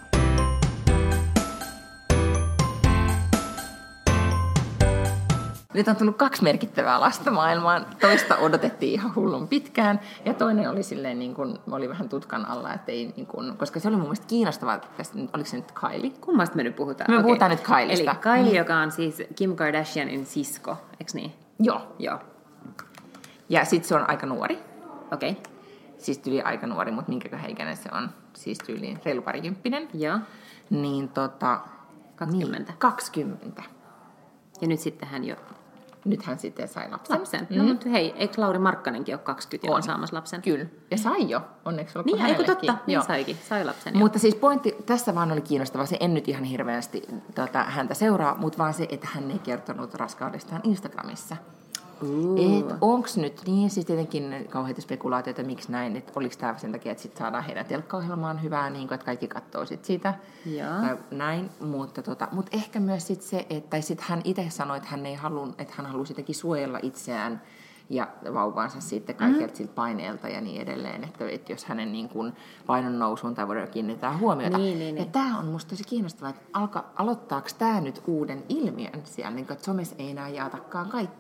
B: Nyt on tullut kaksi merkittävää lasta maailmaan. Toista odotettiin ihan hullun pitkään. Ja toinen oli silleen, niin kuin, oli vähän tutkan alla, että ei, niin kuin, koska se oli mun mielestä kiinnostavaa. Tästä, oliko se nyt Kylie?
A: Kummasta me nyt puhutaan?
B: Me
A: okay.
B: puhutaan nyt Kyliesta.
A: Eli Kylie, mm. joka on siis Kim Kardashianin sisko, eikö niin?
B: Joo.
A: Joo.
B: Ja sitten se on aika nuori.
A: Okei. Okay.
B: Siis tyyli aika nuori, mutta minkäköhän ikäinen se on? Siis tyyliin reilu parikymppinen.
A: Joo.
B: Niin tota...
A: kaksikymmentä.
B: Niin, kaksikymmentä.
A: Ja nyt sitten hän jo...
B: Nyt hän sitten sai lapsen.
A: Lapsen. No mm. mutta hei, eikö Lauri Markkanenkin ole kaksikymmentä ja on saamassa lapsen?
B: Kyllä. Ja sai jo. Onneksi olkoon
A: niin,
B: hänellekin.
A: Niin, totta. Niin saikin. Sai lapsen.
B: Mutta jo. Siis pointti tässä vaan oli kiinnostava. Se en nyt ihan hirveästi tota, häntä seuraa, mutta vaan se, että hän ei kertonut raskaudestaan Instagramissa.
A: Uh.
B: Että onks nyt, niin siis tietenkin kauheita spekulaatioita, miksi näin, että oliko tämä sen takia, että sit saadaan heidän telkkaohjelmaan hyvää, niin kuin, että kaikki katsoo sit sitä,
A: ja.
B: Tai näin, mutta, tota, mutta ehkä myös sit se, että tai sit hän itse sanoi, että hän ei halun, että hän halusi jotenkin suojella itseään ja vauvaansa sitten kaikilta mm-hmm. siltä paineelta ja niin edelleen, että, että jos hänen niin kuin painon nousuun tai voidaan kiinnittää huomiota.
A: Niin, niin,
B: ja
A: niin.
B: tämä on musta tosi kiinnostavaa, että alka, aloittaako tämä nyt uuden ilmiön siellä, niin kuin, että somessa ei enää jaatakaan kaikkia.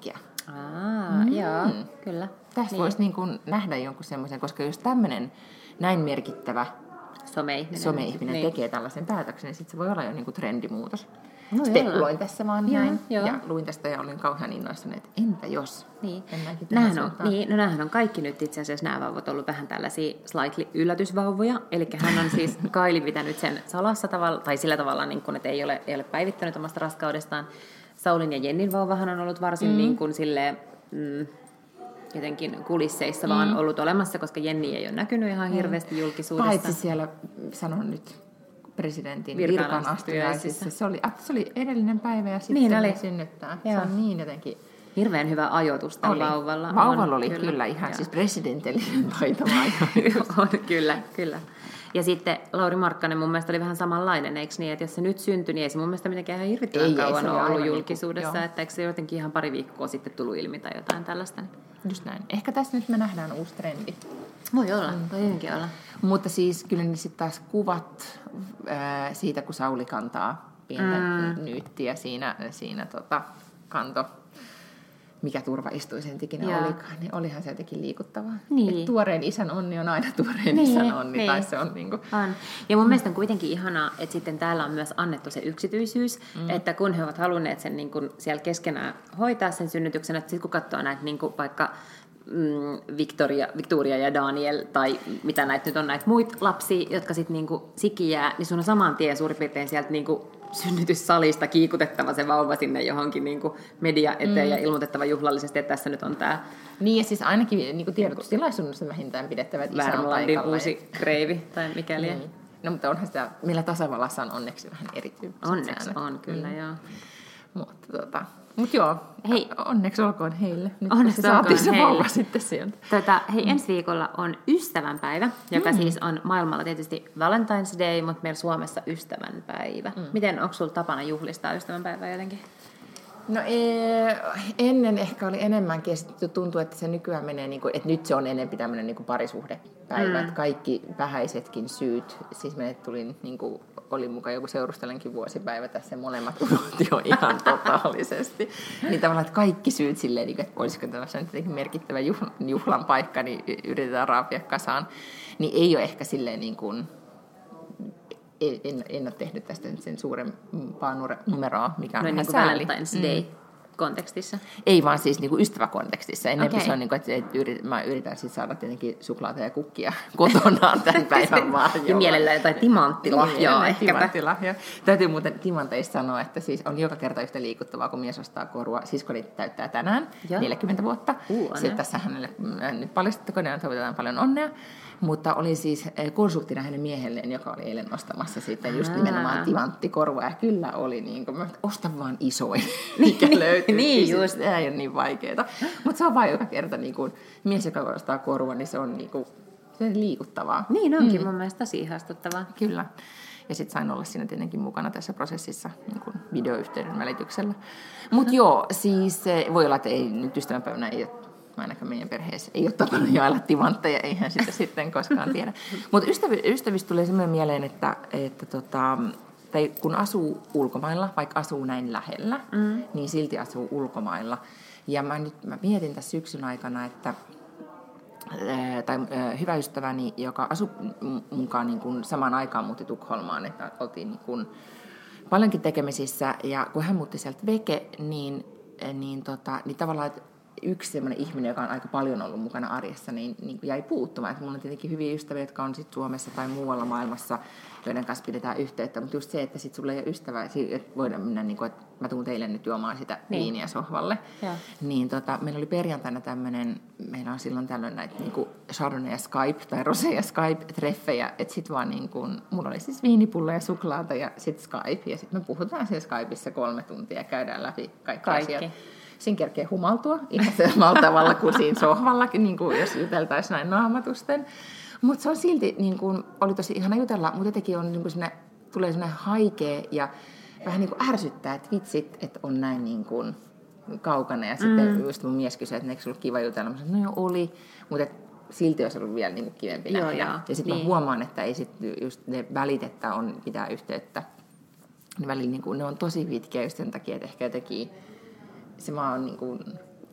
A: Aa, mm. joo, kyllä.
B: Tästä niin. voisi niin kuin nähdä jonkun semmoisen, koska jos tämmöinen näin merkittävä
A: some-ihminen,
B: some-ihminen
A: niin.
B: tekee tällaisen päätöksen, niin sitten se voi olla jo niin kuin trendimuutos.
A: No,
B: Spekuloin tässä vaan
A: joo,
B: näin.
A: joo.
B: Ja luin tästä ja olin kauhean innoissani, että entä jos?
A: Niin.
B: Nämähän
A: on, niin, no nämähän on kaikki nyt itse asiassa nämä vauvat ollut vähän tällaisia slightly yllätysvauvoja. Eli hän on siis Kylie pitänyt sen salassa tavalla, tai sillä tavalla, niin kuin, että ei ole, ei ole päivittänyt omasta raskaudestaan. Saulin ja Jennin vauvahan on ollut varsin mm. niin kuin silleen, mm, jotenkin kulisseissa mm. vaan ollut olemassa, koska Jenni ei ole näkynyt ihan hirveästi julkisuudessa.
B: Paitsi siellä, sanon nyt, presidentin virkaan astujaisissa. Se oli, se oli edellinen päivä ja sitten niin oli. synnyttää. Joo. Se on niin jotenkin...
A: Hirveän hyvä ajoitus tällä vauvalla.
B: Vauvalla oli kyllä, kyllä ihan joo. siis presidentillinen taitava ajoitus.
A: On, kyllä, kyllä. Ja sitten Lauri Markkanen mun mielestä oli vähän samanlainen, eikö niin, että jos se nyt syntyi, niin ei se mun mielestä mitenkään ihan hirvittävän ei, kauan ole ollut julkisuudessa, niin kuin, että eikö se jotenkin ihan pari viikkoa sitten tullut ilmi tai jotain tällaista.
B: Just näin. Ehkä tässä nyt me nähdään uusi trendi.
A: Voi olla, voi hyvinkin olla.
B: Mutta siis kyllä ne sitten taas kuvat ää, siitä, kun Sauli kantaa pientä mm. nyyttiä siinä, siinä tota, kanto, mikä turvaistuisen ikinä olikaan, niin olihan se jotenkin liikuttavaa. Niin. Et tuoreen isän onni on aina tuoreen niin, isän onni. Niin. Tai se on, niin kuin...
A: on. Ja mun mielestä on kuitenkin ihanaa, että sitten täällä on myös annettu se yksityisyys, mm. että kun he ovat halunneet sen niin kuin siellä keskenään hoitaa sen synnytyksen, että sitten kun katsoo näitä niin kuin vaikka mm, Victoria, Victoria ja Daniel, tai mitä näitä nyt on, näitä muita lapsia, jotka sitten niin kuin sikiää, niin sun on saman tien suurin piirtein sieltä niin kuin synnytyssalista kiikutettava se vauva sinne johonkin niin kuin media eteen mm. ja ilmoitettava juhlallisesti, että tässä nyt on tämä...
B: Niin, ja siis ainakin niin kuin tiedotustilaisuudessa vähintään pidettävä, että isä on paikalla.
A: uusi kreivi tai mikäli.
B: Niin. No, mutta onhan sitä, millä tasavallassa on onneksi vähän erityyppiset
A: Onneksi säännöt. On, kyllä, mm. joo.
B: Mutta tota... Mutta joo, hei, onneksi olkoon heille. Nyt
A: onneksi
B: se saatiin se vauva sitten sieltä.
A: Tota, hei, ensi viikolla on ystävänpäivä, joka mm. siis on maailmalla tietysti Valentine's Day, mutta meillä Suomessa ystävänpäivä. Mm. Miten, onko sulla tapana juhlistaa ystävänpäivää jotenkin?
B: No ee, ennen ehkä oli enemmänkin, ja sitten tuntuu, että se nykyään menee, niin kuin, että nyt se on enemmän tämmöinen niin kuin parisuhdepäivä, mm. että kaikki vähäisetkin syyt, siis meille tuli, niin kuin, oli mukaan joku seurustelenkin vuosipäivä tässä, molemmat unohti jo ihan totaalisesti, niin tavallaan, että kaikki syyt silleen, että olisiko tällaisen jotenkin merkittävä juhlan paikka, niin yritetään raapia kasaan, niin ei ole ehkä silleen niin kuin... En, en ole tehnyt tästä sen suurempaa numeroa, mikä on no,
A: niin
B: sääli.
A: Valentine's Day mm. kontekstissa?
B: Ei vaan siis niin kuin ystäväkontekstissa. Ennen okay. se on niin kuin, että yrit, mä yritän siis saada tietenkin suklaata ja kukkia kotonaan tämän päivän varjolla.
A: Ja mielellään jotain timanttilahjaa
B: niin,
A: ehkäpä.
B: Timanttilahjaa. Täytyy muuten timanteista sanoa, että siis on joka kerta yhtä liikuttavaa, kun mies ostaa korua. Siskoni täyttää tänään ja. neljäkymmentä vuotta. Uh, Sitten tässä hänelle nyt paljastettakoon ja toivotetaan paljon onnea. Mutta olin siis konsulttina hänen miehelleen, joka oli eilen ostamassa sitten just nimenomaan timanttikorvaa. Ja kyllä oli niin kuin, osta vaan isoin, mikä löytyy.
A: Niin just.
B: Tämä ei ole niin vaikeaa. Mutta se on vain joka kerta niin kuin, mies, joka ostaa korvaa, niin se on niin kuin, se on liikuttavaa.
A: Niin onkin mm. mun mielestä tosi ihastuttavaa.
B: Kyllä. Ja sitten sain olla siinä tietenkin mukana tässä prosessissa niin kuin videoyhteyden välityksellä. Mutta no. joo, siis voi olla, että ei, nyt ystävänpäivänä ei ole. Ainakaan meidän perheessä ei ole tapana jaella timantteja, eihän sitä sitten koskaan tiedä. Mutta ystävi, ystävistä tulee semmoinen mieleen, että, että tota, tai kun asuu ulkomailla, vaikka asuu näin lähellä, mm. niin silti asuu ulkomailla. Ja mä nyt mä mietin tässä syksyn aikana, että ää, tai ää, hyvä ystäväni, joka asui mukaan niin kuin samaan aikaan muutti Tukholmaan, että oltiin niin kuin paljonkin tekemisissä, ja kun hän muutti sieltä veke, niin, niin, tota, niin tavallaan, että yksi sellainen ihminen, joka on aika paljon ollut mukana arjessa, niin, niin jäi puuttumaan. Että mulla on tietenkin hyviä ystäviä, jotka on sit Suomessa tai muualla maailmassa, joiden kanssa pidetään yhteyttä. Mutta just se, että sit sulla ei ole ystävää, että voidaan mennä, niin kuin, että mä tuun teille nyt juomaan sitä niin. viiniä sohvalle. Ja. Niin tota, meillä oli perjantaina tämmöinen, meillä on silloin tällöin näitä niin kuin Chardonnay ja Skype tai Rosé ja Skype-treffejä. Että sit vaan niin kuin, mulla oli siis viinipulla ja suklaata ja sit Skype. Ja sit me puhutaan siellä Skypeissa kolme tuntia ja käydään läpi kaikki, kaikki. asiat. Siinä kerkee humaltua ihan samalla tavalla kuin siinä sohvallakin, niin kuin jos juteltaisiin näin naamatusten. Mutta se on silti, niin kuin, oli tosi ihana jutella, mutta jotenkin on, niin kuin sinne, tulee sellainen haikea ja vähän niin kuin ärsyttää, että vitsit, että on näin niin kuin kaukana. Ja sitten mm. just mun mies kysyi, että eikö sulla kiva jutella? Mä sanoin, no joo, oli, mutta silti olisi ollut vielä niin kuin kivempi
A: joo,
B: nähdä.
A: Joo,
B: ja sitten
A: niin.
B: mä huomaan, että ei sit just ne välit, että on pitää yhteyttä. Ne välillä niin kuin, ne on tosi pitkiä just sen takia, että ehkä jotenkin se vaan on niin kuin,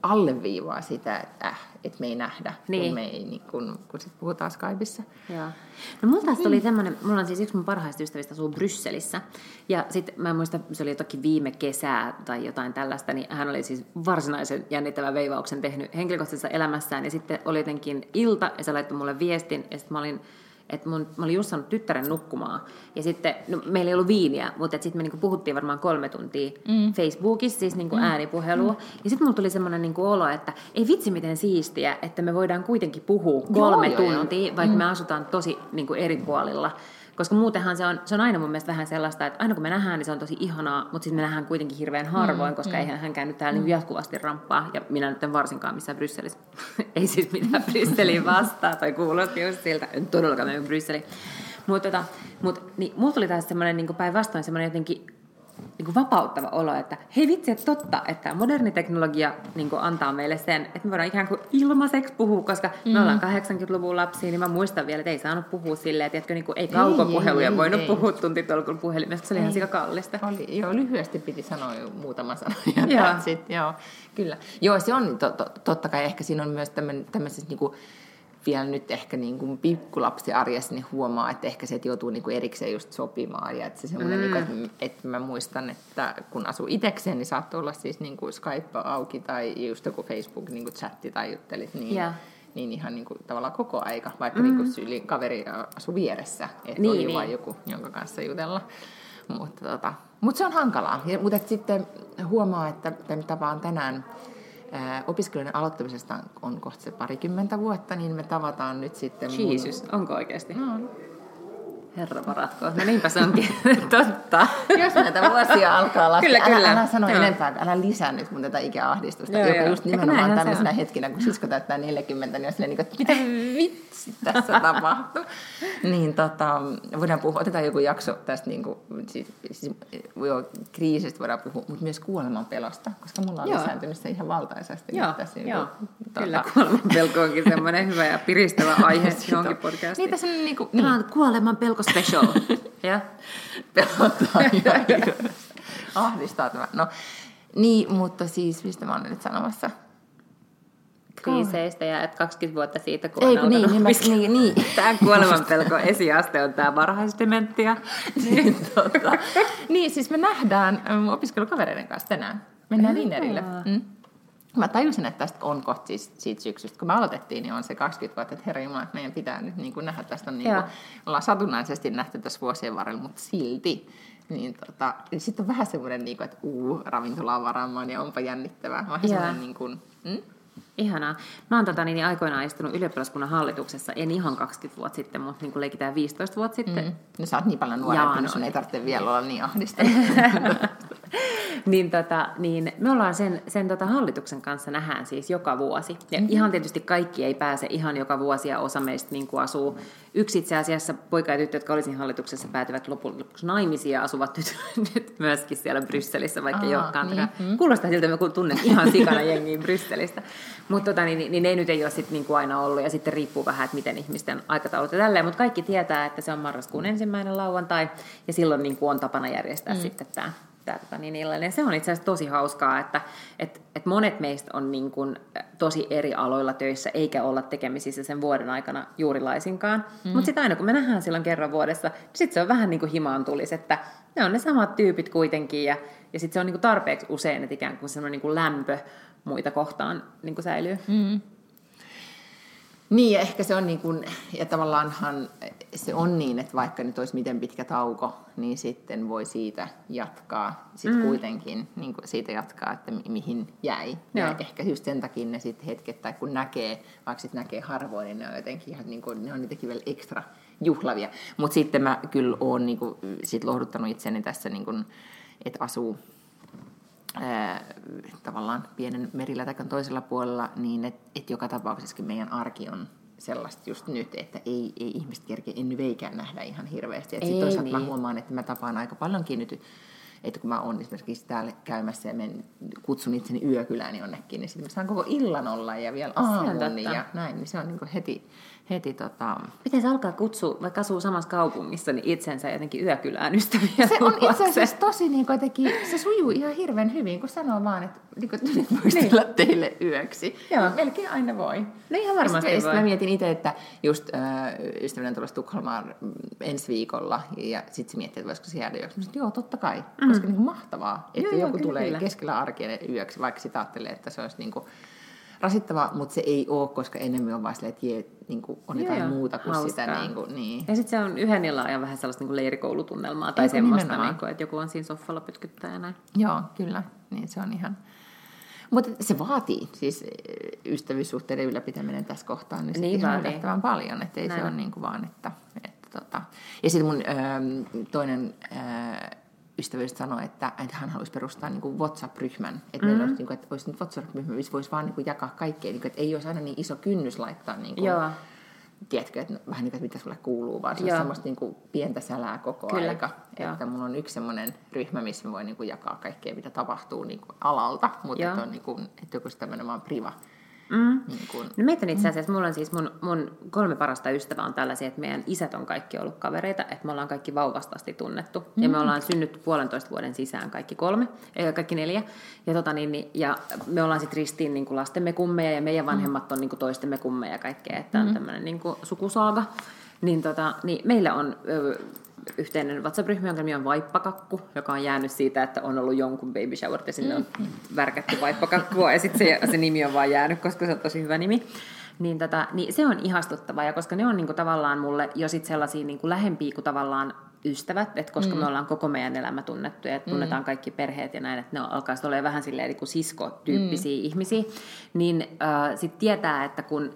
B: alleviivaa sitä, että, äh, että me ei nähdä,
A: niin.
B: kun, me ei, niin kun, kun sit puhutaan Skypeissa.
A: Joo. No mulla taas tuli semmoinen, mulla on siis yksi mun parhaista ystävistä asuu Brysselissä, ja sitten mä muistan, se oli jotakin viime kesää tai jotain tällaista, niin hän oli siis varsinaisen jännittävän veivauksen tehnyt henkilökohtaisessa elämässään, ja sitten oli jotenkin ilta, ja se laittoi mulle viestin, ja sitten mä olin että mun, mä olin just saanut tyttären nukkumaan, ja sitten, no, meillä ei ollut viiniä, mutta sitten me niinku puhuttiin varmaan kolme tuntia mm. Facebookissa, siis niinku mm. äänipuhelua, mm. ja sitten mulla tuli semmoinen niinku olo, että ei vitsi miten siistiä, että me voidaan kuitenkin puhua kolme joo, tuntia, joo, joo. vaikka mm. me asutaan tosi niinku eri puolilla. Koska muutenhan se on, se on aina mun mielestä vähän sellaista, että aina kun me nähdään, niin se on tosi ihanaa, mutta sitten me nähdään kuitenkin hirveän harvoin, mm, koska mm. eihän hänkään nyt täällä mm. niin jatkuvasti ramppaa, ja minä nyt en varsinkaan missään Brysselissä. Ei siis mitään Brysseliin vastaa, tai kuulosti just siltä, en todellakaan mene Brysseliin. Mutta tota, mut, niin, mulla tuli taas semmoinen niin päinvastoin semmoinen jotenkin niin vapauttava olo, että hei vitsi, että totta, että moderni teknologia niin antaa meille sen, että me voidaan ikään kuin ilmaiseksi puhua, koska mm. me ollaan kahdeksankymmentäluvun lapsia, niin mä muistan vielä, että ei saanut puhua silleen, että tiedätkö, niin kuin, ei kaukopuheluja ei, ei, voinut ei. puhua tuntitolkulla puhelimessa, se oli ei. ihan sika kallista.
B: Oli, joo, lyhyesti piti sanoa jo muutama sana. Ja sit, joo, kyllä. Joo, se on to, to, totta kai, ehkä siinä on myös tämmöisessä niin kuin vielä nyt ehkä niin kuin pikkulapsiarjessa niin huomaa, että ehkä se joutuu niin kuin erikseen just sopimaan. Ja että se semmoinen, mm. niin kuin, että, että mä muistan, että kun asuu itsekseen, niin saattoi olla siis niin kuin Skype auki tai just joku Facebook niin kuin chatti tai juttelit. Niin, yeah. niin ihan niin kuin tavallaan koko aika, vaikka mm. niin kuin syli, kaveri asui vieressä. Että niin, oli niin. vain joku, jonka kanssa jutella. Mutta, tota, mutta se on hankalaa. Ja, mutta sitten huomaa, että me tapaan tänään opiskelijoiden aloittamisesta on kohta se parikymmentä vuotta, niin me tavataan nyt sitten...
A: Jesus, mun... onko oikeasti? No. Herra varatko. No niinpä se onkin totta.
B: Jos näitä vuosia alkaa laskea,
A: kyllä, kyllä.
B: Älä, älä sano joo. enempää, älä lisää nyt mun tätä ikäahdistusta, joo, joka joo. just nimenomaan tämmöisenä hetkinä, kun sisko täyttää neljäkymmentä, niin on silleen, että mitä vitsi tässä tapahtuu. Niin tota, voidaan puhua, otetaan joku jakso tästä niin kuin, siis, siis, joo, kriisistä voidaan puhua, mutta myös kuoleman pelosta, koska mulla on joo. lisääntynyt se ihan valtaisesti.
A: Joo,
B: tässä,
A: joo.
B: Niin kuin,
A: kyllä tuota... kuoleman pelko onkin semmoinen hyvä ja piristävä aihe johonkin podcastiin.
B: Niin tässä on niin kuin...
A: Tämä on kuoleman pelko special. Ja?
B: Pelottaa ahdistaa tämä. No, niin, mutta siis, mistä mä olen nyt sanomassa?
A: Kriiseistä ja että kaksikymmentä vuotta siitä, kun
B: Ei,
A: on
B: niin, niin, mä, niin, niin.
A: Tämä kuolemanpelko esiaste on tämä varhaisdementia.
B: niin, tota. niin, siis me nähdään opiskelukavereiden kanssa tänään. Mennään Wienerille. Mm. Mä tajusin, että tästä on kohta siis siitä syksystä. Kun me aloitettiin, niin on se kaksikymmentä vuotta, että herra jumala, että meidän pitää nyt niin kuin nähdä. Tästä on niin kuin, ollaan satunnaisesti nähty tässä vuosien varrella, mutta silti. Niin tota, sitten on vähän semmoinen, niin kuin, että uu, ravintolaan varaamaan ja onpa jännittävää. Vähän semmoinen niin kuin... Mm?
A: Ihanaa. Mä oon tota, niin aikoinaan istunut ylioppilaskunnan hallituksessa, en ihan kaksikymmentä vuotta sitten, mutta niin kuin leikitään viisitoista vuotta sitten. Mm.
B: No sä oot niin paljon nuorempi, niin sun ei tarvitse vielä olla niin ahdistunut.
A: niin, tota, niin me ollaan sen, sen tota hallituksen kanssa nähdään siis joka vuosi. Ja mm-hmm. ihan tietysti kaikki ei pääse ihan joka vuosi, ja osa meistä niin kuin asuu. Yksi itse asiassa poika ja tyttö, jotka olisin hallituksessa, päätyvät lopuksi naimisiin ja asuvat nyt, nyt myöskin siellä Brysselissä, vaikka ei olekaan. Niin. Mm-hmm. Kuulostaa siltä, että mä tunnen ihan sikana jengiä Brysselistä. Mutta tota, niin, niin ne nyt ei ole sit niin kuin aina ollut, ja sitten riippuu vähän, että miten ihmisten aikataulut ja tälleen. Mutta kaikki tietää, että se on marraskuun ensimmäinen lauantai, ja silloin niin kuin on tapana järjestää mm. sitten tämä. Tätä, niin illallinen. Se on itse asiassa tosi hauskaa, että et, et monet meistä on niin kuin tosi eri aloilla töissä, eikä olla tekemisissä sen vuoden aikana juuri laisinkaan. Mm. Mutta sitten aina kun me nähdään silloin kerran vuodessa, niin sitten se on vähän niin kuin himaan tulisi, että ne on ne samat tyypit kuitenkin, ja, ja sitten se on niin kuin tarpeeksi usein, että ikään kuin semmoinen niin kuin lämpö muita kohtaan niin kuin säilyy.
B: Mm. Niin, ja ehkä se on niin kuin, ja tavallaanhan se on niin, että vaikka nyt olisi miten pitkä tauko, niin sitten voi siitä jatkaa, sitten mm. kuitenkin niin kuin siitä jatkaa, että mi- mihin jäi. Ja Joo. ehkä just sen takia ne sitten hetket, tai kun näkee, vaikka sitten näkee harvoin, niin ne on jotenkin ihan, niin kuin, ne on jotenkin vielä ekstra juhlavia. Mutta sitten mä kyllä oon niin kuin, sit lohduttanut itseni tässä, niin kuin, että asuu Ää, tavallaan pienen merilätäkön toisella puolella, niin että et joka tapauksessa meidän arki on sellaista just nyt, että ei, ei ihmiset kerkeä en veikään nähdä ihan hirveästi. Sitten toisaalta niin. Mä huomaan, että mä tapaan aika paljonkin nyt, että kun mä oon esimerkiksi täällä käymässä ja men, kutsun itseni yökylään jonnekin, niin sitten mä saan koko illan olla ja vielä aamun ja näin, niin se on niin kuin heti, heti tota...
A: Pitäisi alkaa kutsua, vaikka asuu samassa kaupungissa, niin itsensä jotenkin yökylään ystäviä.
B: Se on itse asiassa tosi, niin kuin, jotenkin, se sujuu ihan hirveän hyvin, kun sanoo vaan, että niin kuin, nyt voisi niin. tulla teille yöksi. Joo. Melkein aina voi.
A: No ihan varmasti
B: ja
A: voi.
B: Mä mietin itse, että just äh, ystävänä tulossa Tukholmaan ensi viikolla, ja sitten se miettii, että voisiko se jäädä yöksi. Mä sanoin, joo, totta kai, mm. koska niin kuin mahtavaa, että joo, joku joo, tulee kyllä. keskellä arkea yöksi, vaikka sitä ajattelee, että se olisi niin kuin rasittavaa, mutta se ei ole, koska enemmän on vaan silleen, että jee, niin kuin on jotain joo, muuta kuin hauskaa. Sitä. Niin kuin, niin.
A: Ja sitten se on yhden illan ajan vähän sellaista niin kuin leirikoulutunnelmaa tai semmoista, niin kuin, että joku on siinä soffalla pytkyttää ja näin.
B: Joo, kyllä. Niin se on ihan... Mutta se vaatii, siis ystävyyssuhteiden ylläpitäminen tässä kohtaa, niin, niin ihan yllättävän paljon, että ei näin. Se ole niin kuin vaan, että... että tota. Ja sitten mun ö, toinen... Ö, ystävyydestä sanoi, että, että hän haluaisi perustaa niin kuin WhatsApp-ryhmän. Että mm-hmm. meillä olisi, niin kuin, että olisi nyt WhatsApp-ryhmä, missä voisi vaan niin kuin jakaa kaikkea. Niin kuin, että ei olisi aina niin iso kynnys laittaa, niin kuin, tiedätkö, että vähän niin kuin, että mitä sulle kuuluu, vaan se on semmoista niin kuin pientä sälää koko Kyllä. aika. Joo. Että mulla on yksi semmoinen ryhmä, missä mä voin niin kuin jakaa kaikkea, mitä tapahtuu niin kuin alalta, mutta että on niin kuin, että joku tämmöinen vaan priva.
A: Mm. Niin kun... no meitä on itse asiassa, mulla on siis mun, mun kolme parasta ystävää on tällaisia, että meidän isät on kaikki ollut kavereita, että me ollaan kaikki vauvasta asti tunnettu. Mm. Ja me ollaan synnytty puolentoista vuoden sisään kaikki kolme, ei kaikki neljä. Ja, tota, niin, ja me ollaan sitten ristiin niin kuin lastemme kummeja ja meidän vanhemmat on niin kuin toistemme kummeja ja kaikkea, että on mm. tämmöinen niin kuin sukusaaga. Niin, tota, niin meillä on ö, yhteinen WhatsApp-ryhmä, jonka nimi on Vaippakakku, joka on jäänyt siitä, että on ollut jonkun baby shower, ja sinne on värkätty vaippakakkua, ja sitten se, se nimi on vaan jäänyt, koska se on tosi hyvä nimi. Niin, tota, niin se on ihastuttavaa, ja koska ne on niinku tavallaan mulle jo sit sellaisia niinku lähempiä kuin tavallaan ystävät, että koska mm. me ollaan koko meidän elämä tunnettu ja tunnetaan mm. kaikki perheet ja näin, että ne alkaa olla vähän silleen niin kuin siskotyyppisiä mm. ihmisiä, niin äh, sitten tietää, että kun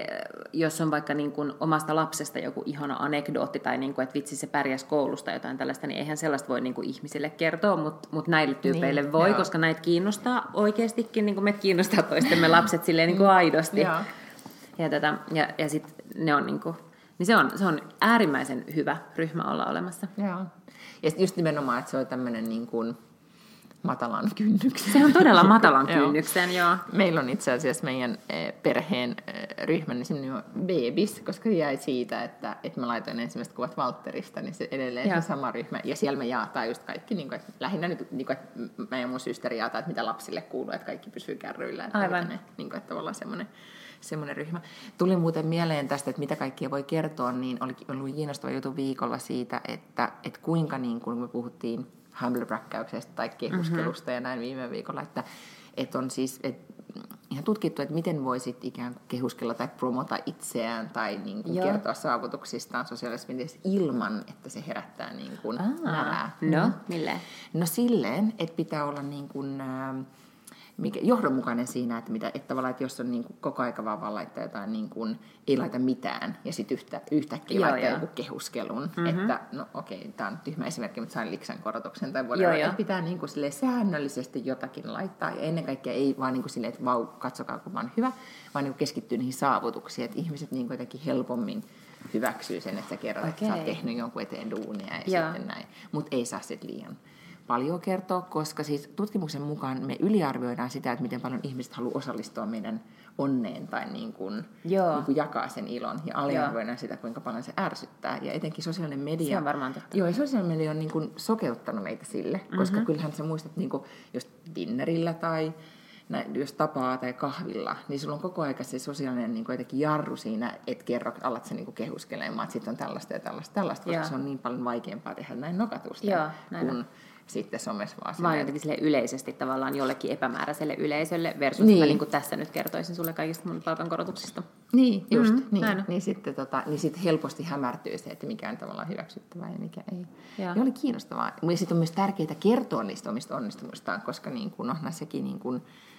A: jos on vaikka niin kuin omasta lapsesta joku ihana anekdootti tai niin kuin, että vitsi se pärjäsi koulusta jotain tällaista, niin eihän sellaista voi niin kuin ihmisille kertoa, mutta, mutta näille tyypeille niin, voi, joo. koska näitä kiinnostaa oikeastikin, niin kuin me kiinnostaa toistemme lapset silleen niin kuin aidosti. Ja, ja, tätä, ja, ja sitten ne on niin kuin, niin se on, se on äärimmäisen hyvä ryhmä olla olemassa.
B: Joo. Ja just nimenomaan, että se on tämmöinen niin kuin matalan kynnyksen.
A: Se on todella matalan kynnyksen, joo. joo.
B: Meillä on itse asiassa meidän perheen ryhmä, niin se on Babies, koska se jäi siitä, että, että mä laitoin ensimmäiset kuvat Valtterista, niin se edelleen joo. se sama ryhmä. Ja siellä me jaataan just kaikki, niin kuin, että lähinnä nyt, niin kuin, että mä ja mun systeri jaataan, että mitä lapsille kuuluu, että kaikki pysyy kärryillä. Että
A: aivan.
B: Ne, niin kuin, että tavallaan semmoinen, semmoinen ryhmä. Tuli muuten mieleen tästä, että mitä kaikkia voi kertoa, niin oli ollut kiinnostava juttu viikolla siitä, että, että kuinka niin kuin me puhuttiin Humble-bräkkäyksestä tai kehuskelusta mm-hmm. ja näin viime viikolla, että, että on siis että ihan tutkittu, että miten voisit ikään kuin kehuskella tai promota itseään tai niin kuin kertoa saavutuksistaan sosiaalisessa mediassa ilman, että se herättää niin kuin nälää.
A: No, milleen?
B: No silleen, että pitää olla niin kuin, äh, mikä, johdonmukainen siinä, että, mitä, että tavallaan, että jos on niin kuin koko aika vaan laittaa jotain, niin kuin, ei laita mitään, ja sitten yhtä, yhtäkkiä joo, laittaa joo. joku kehuskelun, mm-hmm. että no okei, okay, tämä on tyhmä esimerkki, mutta sain liksan korotuksen tai whatever, joo, että pitää niin kuin, silleen, säännöllisesti jotakin laittaa, ja ennen kaikkea ei vaan niin kuin, silleen, että vau, katsokaa kun mä oon hyvä, vaan niin kuin keskittyy niihin saavutuksiin, että ihmiset niin kuin, jotenkin helpommin hyväksyy sen, että sä kerrot, okay. että sä oot tehnyt jonkun eteen duunia ja joo. sitten näin, mutta ei saa sitten liian paljon kertoa, koska siis tutkimuksen mukaan me yliarvioidaan sitä, että miten paljon ihmiset haluaa osallistua meidän onneen tai niin kuin, niin kuin jakaa sen ilon, ja aliarvioidaan sitä, kuinka paljon se ärsyttää. Ja etenkin sosiaalinen media,
A: se on varmaan totta.
B: Joo, ja sosiaalinen media on niin kuin sokeuttanut meitä sille, mm-hmm. koska kyllähän sä muistat, niin kuin, jos dinnerillä tai näin, jos tapaa tai kahvilla, niin sulla on koko ajan se sosiaalinen niin kuin jotenkin jarru siinä, että kerro, alat sä niin kuin kehuskelemaan, että sitten on tällaista ja tällaista, tällaista koska se on niin paljon vaikeampaa tehdä näin nokatusta,
A: joo, näin
B: kun sitten somessa vaan
A: vaan jotenkin sille yleisesti tavallaan jollekin epämääräiselle yleisölle versus niin. Mä niin kuin tässä nyt kertoisin sulle kaikista mun palkankorotuksista.
B: Niin, just. Mm-hmm. Niin, niin, sitten, tota, niin sitten helposti hämärtyy se, että mikä on tavallaan hyväksyttävää ja mikä ei. Ja, ja oli kiinnostavaa. Ja sitten on myös tärkeää kertoa niistä omista onnistumistaan, koska niin kuin, no, sekin niin kuin,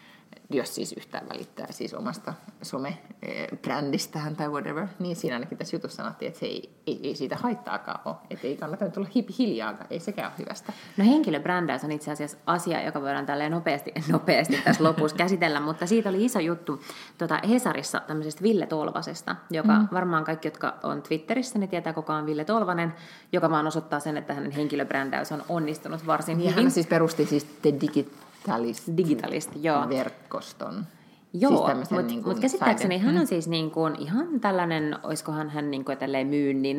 B: jos siis yhtään välittää siis omasta some-brändistään tai whatever, niin siinä ainakin tässä jutussa sanottiin, että se ei, ei, ei siitä haittaakaan ole. Että ei kannata nyt olla hiljaakaan, ei sekään ole hyvästä.
A: No henkilöbrändäys on itse asiassa asia, joka voidaan tälleen nopeasti, nopeasti tässä lopussa käsitellä, mutta siitä oli iso juttu tuota Hesarissa tämmöisestä Ville Tolvasesta, joka mm. varmaan kaikki, jotka on Twitterissä, niin tietää kuka on Ville Tolvanen, joka vaan osoittaa sen, että hänen henkilöbrändäys on onnistunut varsin
B: ja
A: hyvin.
B: Hän siis perusti siis The Digit
A: Digitalist, joo.
B: verkoston.
A: Joo,
B: siis
A: mutta
B: niin
A: mut käsittääkseni hän on siis niin kuin, ihan tällainen, olisikohan hän niin kuin myynnin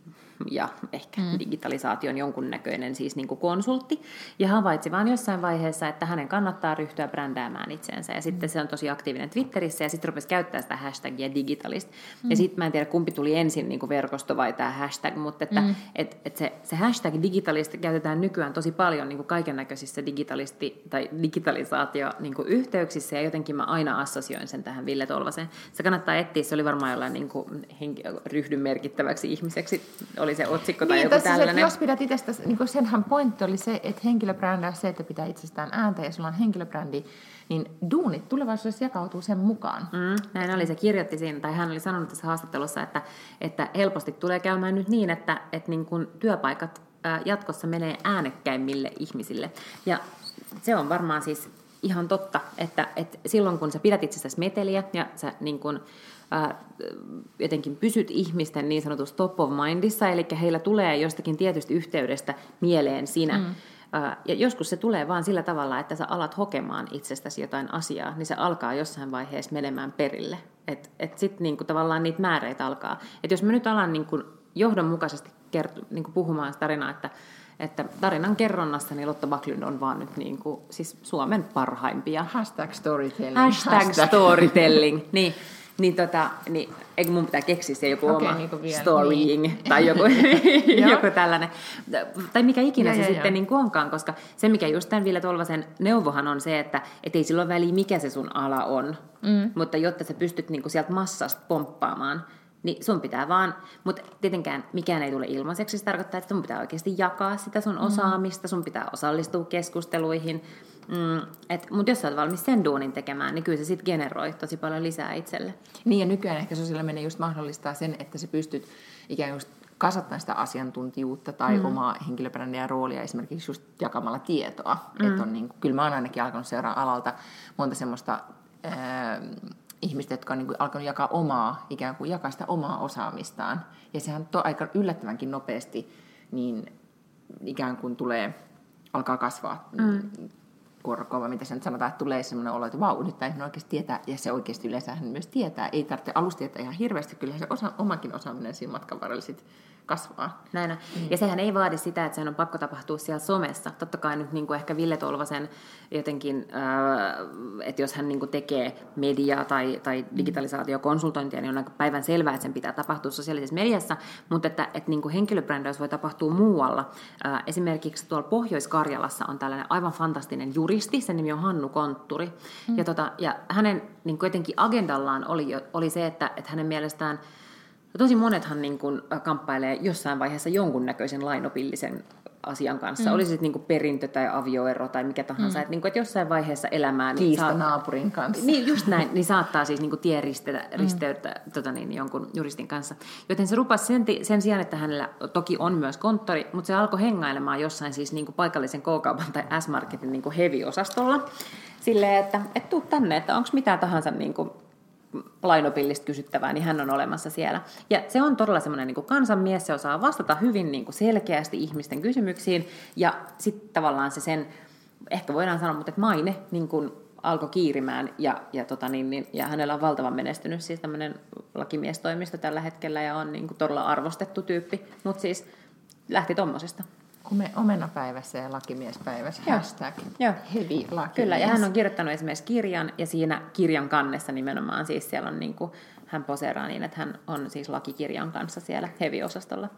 A: ja ehkä mm. digitalisaation jonkunnäköinen siis niin kuin konsultti, ja havaitsi vaan jossain vaiheessa, että hänen kannattaa ryhtyä brändäämään itseensä, ja sitten mm. se on tosi aktiivinen Twitterissä, ja sitten rupesi käyttää sitä hashtagia digitalist, mm. ja sitten mä en tiedä, kumpi tuli ensin niin kuin verkosto vai tämä hashtag, mutta että mm. et, et se, se hashtag digitalist käytetään nykyään tosi paljon niin kuin kaikennäköisissä digitalisti- tai digitalisaatio niin kuin yhteyksissä, ja jotenkin mä aina assosioin sen tähän Ville Tolvaseen. Se kannattaa etsiä, se oli varmaan jollain niin kuin henki- ryhdyn merkittäväksi ihmiseksi, oli se otsikko tai
B: niin,
A: joku tällainen.
B: Se, jos pidät itsestä, niin senhän pointti oli se, että henkilöbrändää se, että pitää itsestään ääntä ja sulla on henkilöbrändi, niin duunit tulevaisuudessa jakautuu sen mukaan.
A: Mm, näin oli, se kirjoitti siinä, tai hän oli sanonut tässä haastattelussa, että, että helposti tulee käymään nyt niin, että, että niin kuin työpaikat ää, jatkossa menee äänekkäimmille ihmisille. Ja se on varmaan siis ihan totta, että, että silloin kun sä pidät itsestäsi meteliä ja sä niin kuin Ää, jotenkin pysyt ihmisten niin sanotusti top of mindissa, eli heillä tulee jostakin tietystä yhteydestä mieleen sinä. Mm. Ää, ja joskus se tulee vaan sillä tavalla, että sä alat hokemaan itsestäsi jotain asiaa, niin se alkaa jossain vaiheessa menemään perille. Että et sitten niinku tavallaan niitä määreitä alkaa. Että jos mä nyt alan niinku johdonmukaisesti kerto, niinku puhumaan tarinaa, että että tarinan kerronnassa niin Lotta Backlund on vaan nyt niin kuin, siis Suomen parhaimpia.
B: Hashtag storytelling.
A: Hashtag, Hashtag. storytelling, niin. Niin, tota, niin eikö mun pitää keksiä se joku okay, oma niin storying niin. tai joku, joku tällainen, tai mikä ikinä ja, se ja, sitten ja. Niin onkaan, koska se mikä just tämän Ville Tolvasen neuvohan on se, että et ei silloin väliä mikä se sun ala on, mm. mutta jotta sä pystyt niin kuin sieltä massasta pomppaamaan, niin sun pitää vaan, mutta tietenkään mikään ei tule ilmaiseksi, se tarkoittaa, että sun pitää oikeasti jakaa sitä sun osaamista, sun pitää osallistua keskusteluihin, mm, mutta jos sä oot valmis sen duunin tekemään, niin kyllä se sitten generoi tosi paljon lisää itselle.
B: Niin ja nykyään ehkä sosiaalinen media just mahdollistaa sen, että sä pystyt ikään kuin kasvattamaan sitä asiantuntijuutta tai mm. omaa henkilöbrändiä ja roolia esimerkiksi just jakamalla tietoa. Mm. Että on niin kuin, kyllä mä oon ainakin alkanut seuraa alalta monta semmoista ää, ihmistä, jotka on niin kuin alkanut jakaa omaa, ikään kuin jakaa sitä omaa osaamistaan. Ja sehän on aika yllättävänkin nopeasti, niin ikään kuin tulee, alkaa kasvaa mm. korkoa, vai mitä se nyt sanotaan, että tulee sellainen olo, että vau, nyt tämä ihminen oikeasti tietää, ja se oikeasti yleensä hän myös tietää. Ei tarvitse alusta tietää ihan hirveästi, kyllähän se osa, omakin osaaminen siinä matkan varrella sitten kasvaa.
A: Näin on. Mm. Ja sehän ei vaadi sitä, että sen on pakko tapahtua siellä somessa. Totta kai nyt niin kuin ehkä Ville Tolvasen jotenkin, äh, että jos hän niin kuin tekee mediaa tai, tai digitalisaatiokonsultointia, niin on aika päivän selvää, että sen pitää tapahtua sosiaalisessa mediassa, mutta että, että niin kuin henkilöbrändäys voi tapahtua muualla. Äh, esimerkiksi tuolla Pohjois-Karjalassa on tällainen aivan fantastinen juristi, sen nimi on Hannu Kontturi, mm. ja, tota, ja hänen niin kuin jotenkin agendallaan oli, oli se, että, että hänen mielestään tosi monethan niin kuin kamppailee jossain vaiheessa jonkunnäköisen lainopillisen asian kanssa. Mm. Oli se sitten niin kuin perintö tai avioero tai mikä tahansa. Mm. Että, niin kuin, että jossain vaiheessa elämää
B: Kiista niin saat, naapurin kanssa.
A: Niin, just näin. Niin saattaa siis niin kuin tie ristetä, risteyttä mm. tota niin, jonkun juristin kanssa. Joten se rupasi sen, sen sijaan, että hänellä toki on myös konttori, mutta se alkoi hengailemaan jossain siis niin kuin paikallisen K-kaupan tai S-Marketin niin kuin heavy-osastolla. Silleen, että et tuu tänne, että onko mitään tahansa niin kuin lainopillista kysyttävää, niin hän on olemassa siellä. Ja se on todella semmoinen niin kuin kansanmies, se osaa vastata hyvin niin kuin selkeästi ihmisten kysymyksiin, ja sitten tavallaan se sen, ehkä voidaan sanoa, mutta että maine niin kuin alkoi kiirimään, ja, ja, tota niin, niin, ja hänellä on valtavan menestynyt siis tämmöinen lakimiestoimisto tällä hetkellä, ja on niin kuin todella arvostettu tyyppi, mutta siis lähti tommosesta.
B: Omenapäivässä ja lakimiespäivässä.
A: Joo.
B: Hashtag
A: Joo.
B: heavy lakimies.
A: Kyllä, ja hän on kirjoittanut esimerkiksi kirjan, ja siinä kirjan kannessa nimenomaan siis siellä on niin kuin, hän poseeraa niin, että hän on siis lakikirjan kanssa siellä heavy-osastolla.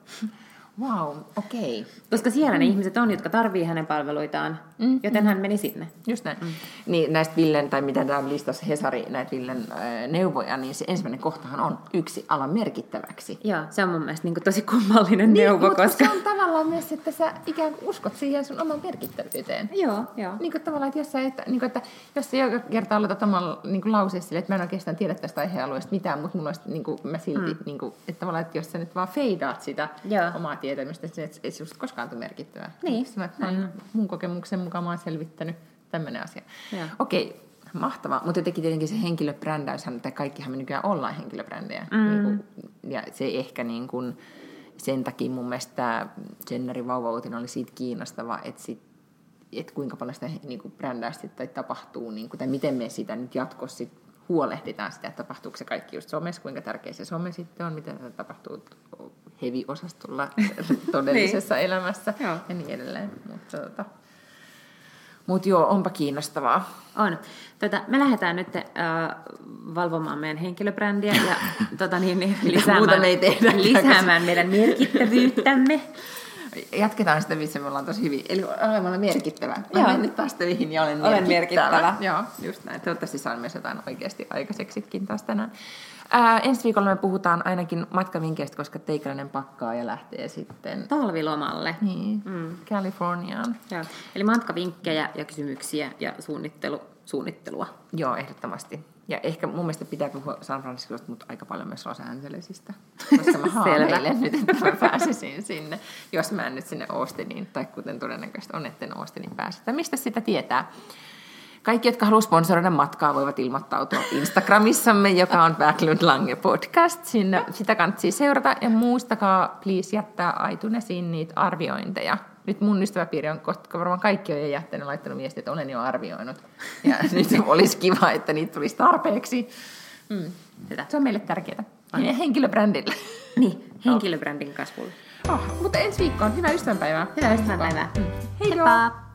B: Wow, okei. Okay.
A: Koska siellä mm. ne ihmiset on, jotka tarvii hänen palveluitaan, mm. joten mm. hän meni sinne.
B: Just näin. Mm. Niin näistä Villen, tai mitä tämä listasi Hesari, näitä Villen äh, neuvoja, niin se ensimmäinen kohtahan on yksi alan merkittäväksi.
A: Joo, se on mun mielestä niin kuin tosi kummallinen
B: niin,
A: neuvo.
B: Mutta
A: koska
B: se on tavallaan myös, että sä ikään kuin uskot siihen sun oman merkittävyyteen.
A: Joo, joo.
B: Niin kuin tavallaan, että jos sä, että, niin kuin, että jos sä joka kerta aloitat oman niin kuin lauseen silleen, että mä en oikeastaan tiedä tästä aihealueesta mitään, mutta mulla olisi, niin kuin, mä silti, mm. niin kuin, että tavallaan, että jos sä nyt vaan feidaat sitä joo. omaa tietämystä, että ei sinusta koskaan tule merkittävää.
A: Niin.
B: Mä, mun kokemuksen mukaan mä oon selvittänyt tämmöinen asia. Ja. Okei, mahtavaa. Mutta jotenkin tietenkin se henkilöbrändäyshän, että kaikkihan me nykyään ollaan henkilöbrändejä. Mm. Niin kuin, ja se ehkä niin kuin, sen takia mun mielestä tämä Jennerin vauvauutinen oli siitä kiinnostava, että, sit, että kuinka paljon sitä niin kuin brändäystä tai tapahtuu, niin kuin, tai miten me sitä nyt jatkossa sit huolehditaan sitä, että tapahtuuko se kaikki just somessa, kuinka tärkeä se some sitten on, miten se tapahtuu heavy-osastolla todellisessa niin. elämässä joo. ja niin edelleen. Mutta tota, mut joo, onpa kiinnostavaa.
A: On. Tota, me lähdetään nyt äh, valvomaan meidän henkilöbrändiä ja tota, niin, niin, lisäämään,
B: ei tehdä,
A: lisäämään meidän merkittävyyttämme.
B: Jatketaan sitä, missä me ollaan tosi hyvin. Eli olemalla merkittävä. Mä menen nyt taas töihin ja olen merkittävä.
A: Olen merkittävä.
B: Joo, just näin. Toivottavasti saan myös jotain oikeasti aikaiseksikin taas tänään. Ää, ensi viikolla me puhutaan ainakin matkavinkkeistä, koska teikäläinen pakkaa ja lähtee sitten
A: talvilomalle.
B: Niin, mm. Californiaan.
A: Joo. Eli matkavinkkejä ja kysymyksiä ja suunnittelu, suunnittelua.
B: Joo, ehdottomasti. Ja ehkä mun mielestä pitää puhua San Franciscosta, mutta aika paljon myös Los Angelesista. Koska mä haaveilen nyt, että mä pääsisin sinne, jos mä en nyt sinne Austiniin, tai kuten todennäköisesti on, etten Austiniin pääse. Tai mistä sitä tietää? Kaikki, jotka haluavat sponsoroida matkaa, voivat ilmoittautua Instagramissamme, joka on Backlund Lange Podcast. Sinne, sitä kannattaa seurata. Ja muistakaa, please, jättää iTunesiin niitä arviointeja. Nyt mun ystäväpiiri on, koska varmaan kaikki on jo jättänyt, laittanut viestiä, että olen jo arvioinut. Ja nyt olisi kiva, että niitä tulisi tarpeeksi. Mm. Se on meille tärkeää. Ja henkilöbrändille.
A: Niin, henkilöbrändin kasvulle.
B: Oh, mutta ensi viikkoon. Hyvää ystävänpäivää.
A: Hyvää ystävänpäivää.
B: Hei
A: Heippa!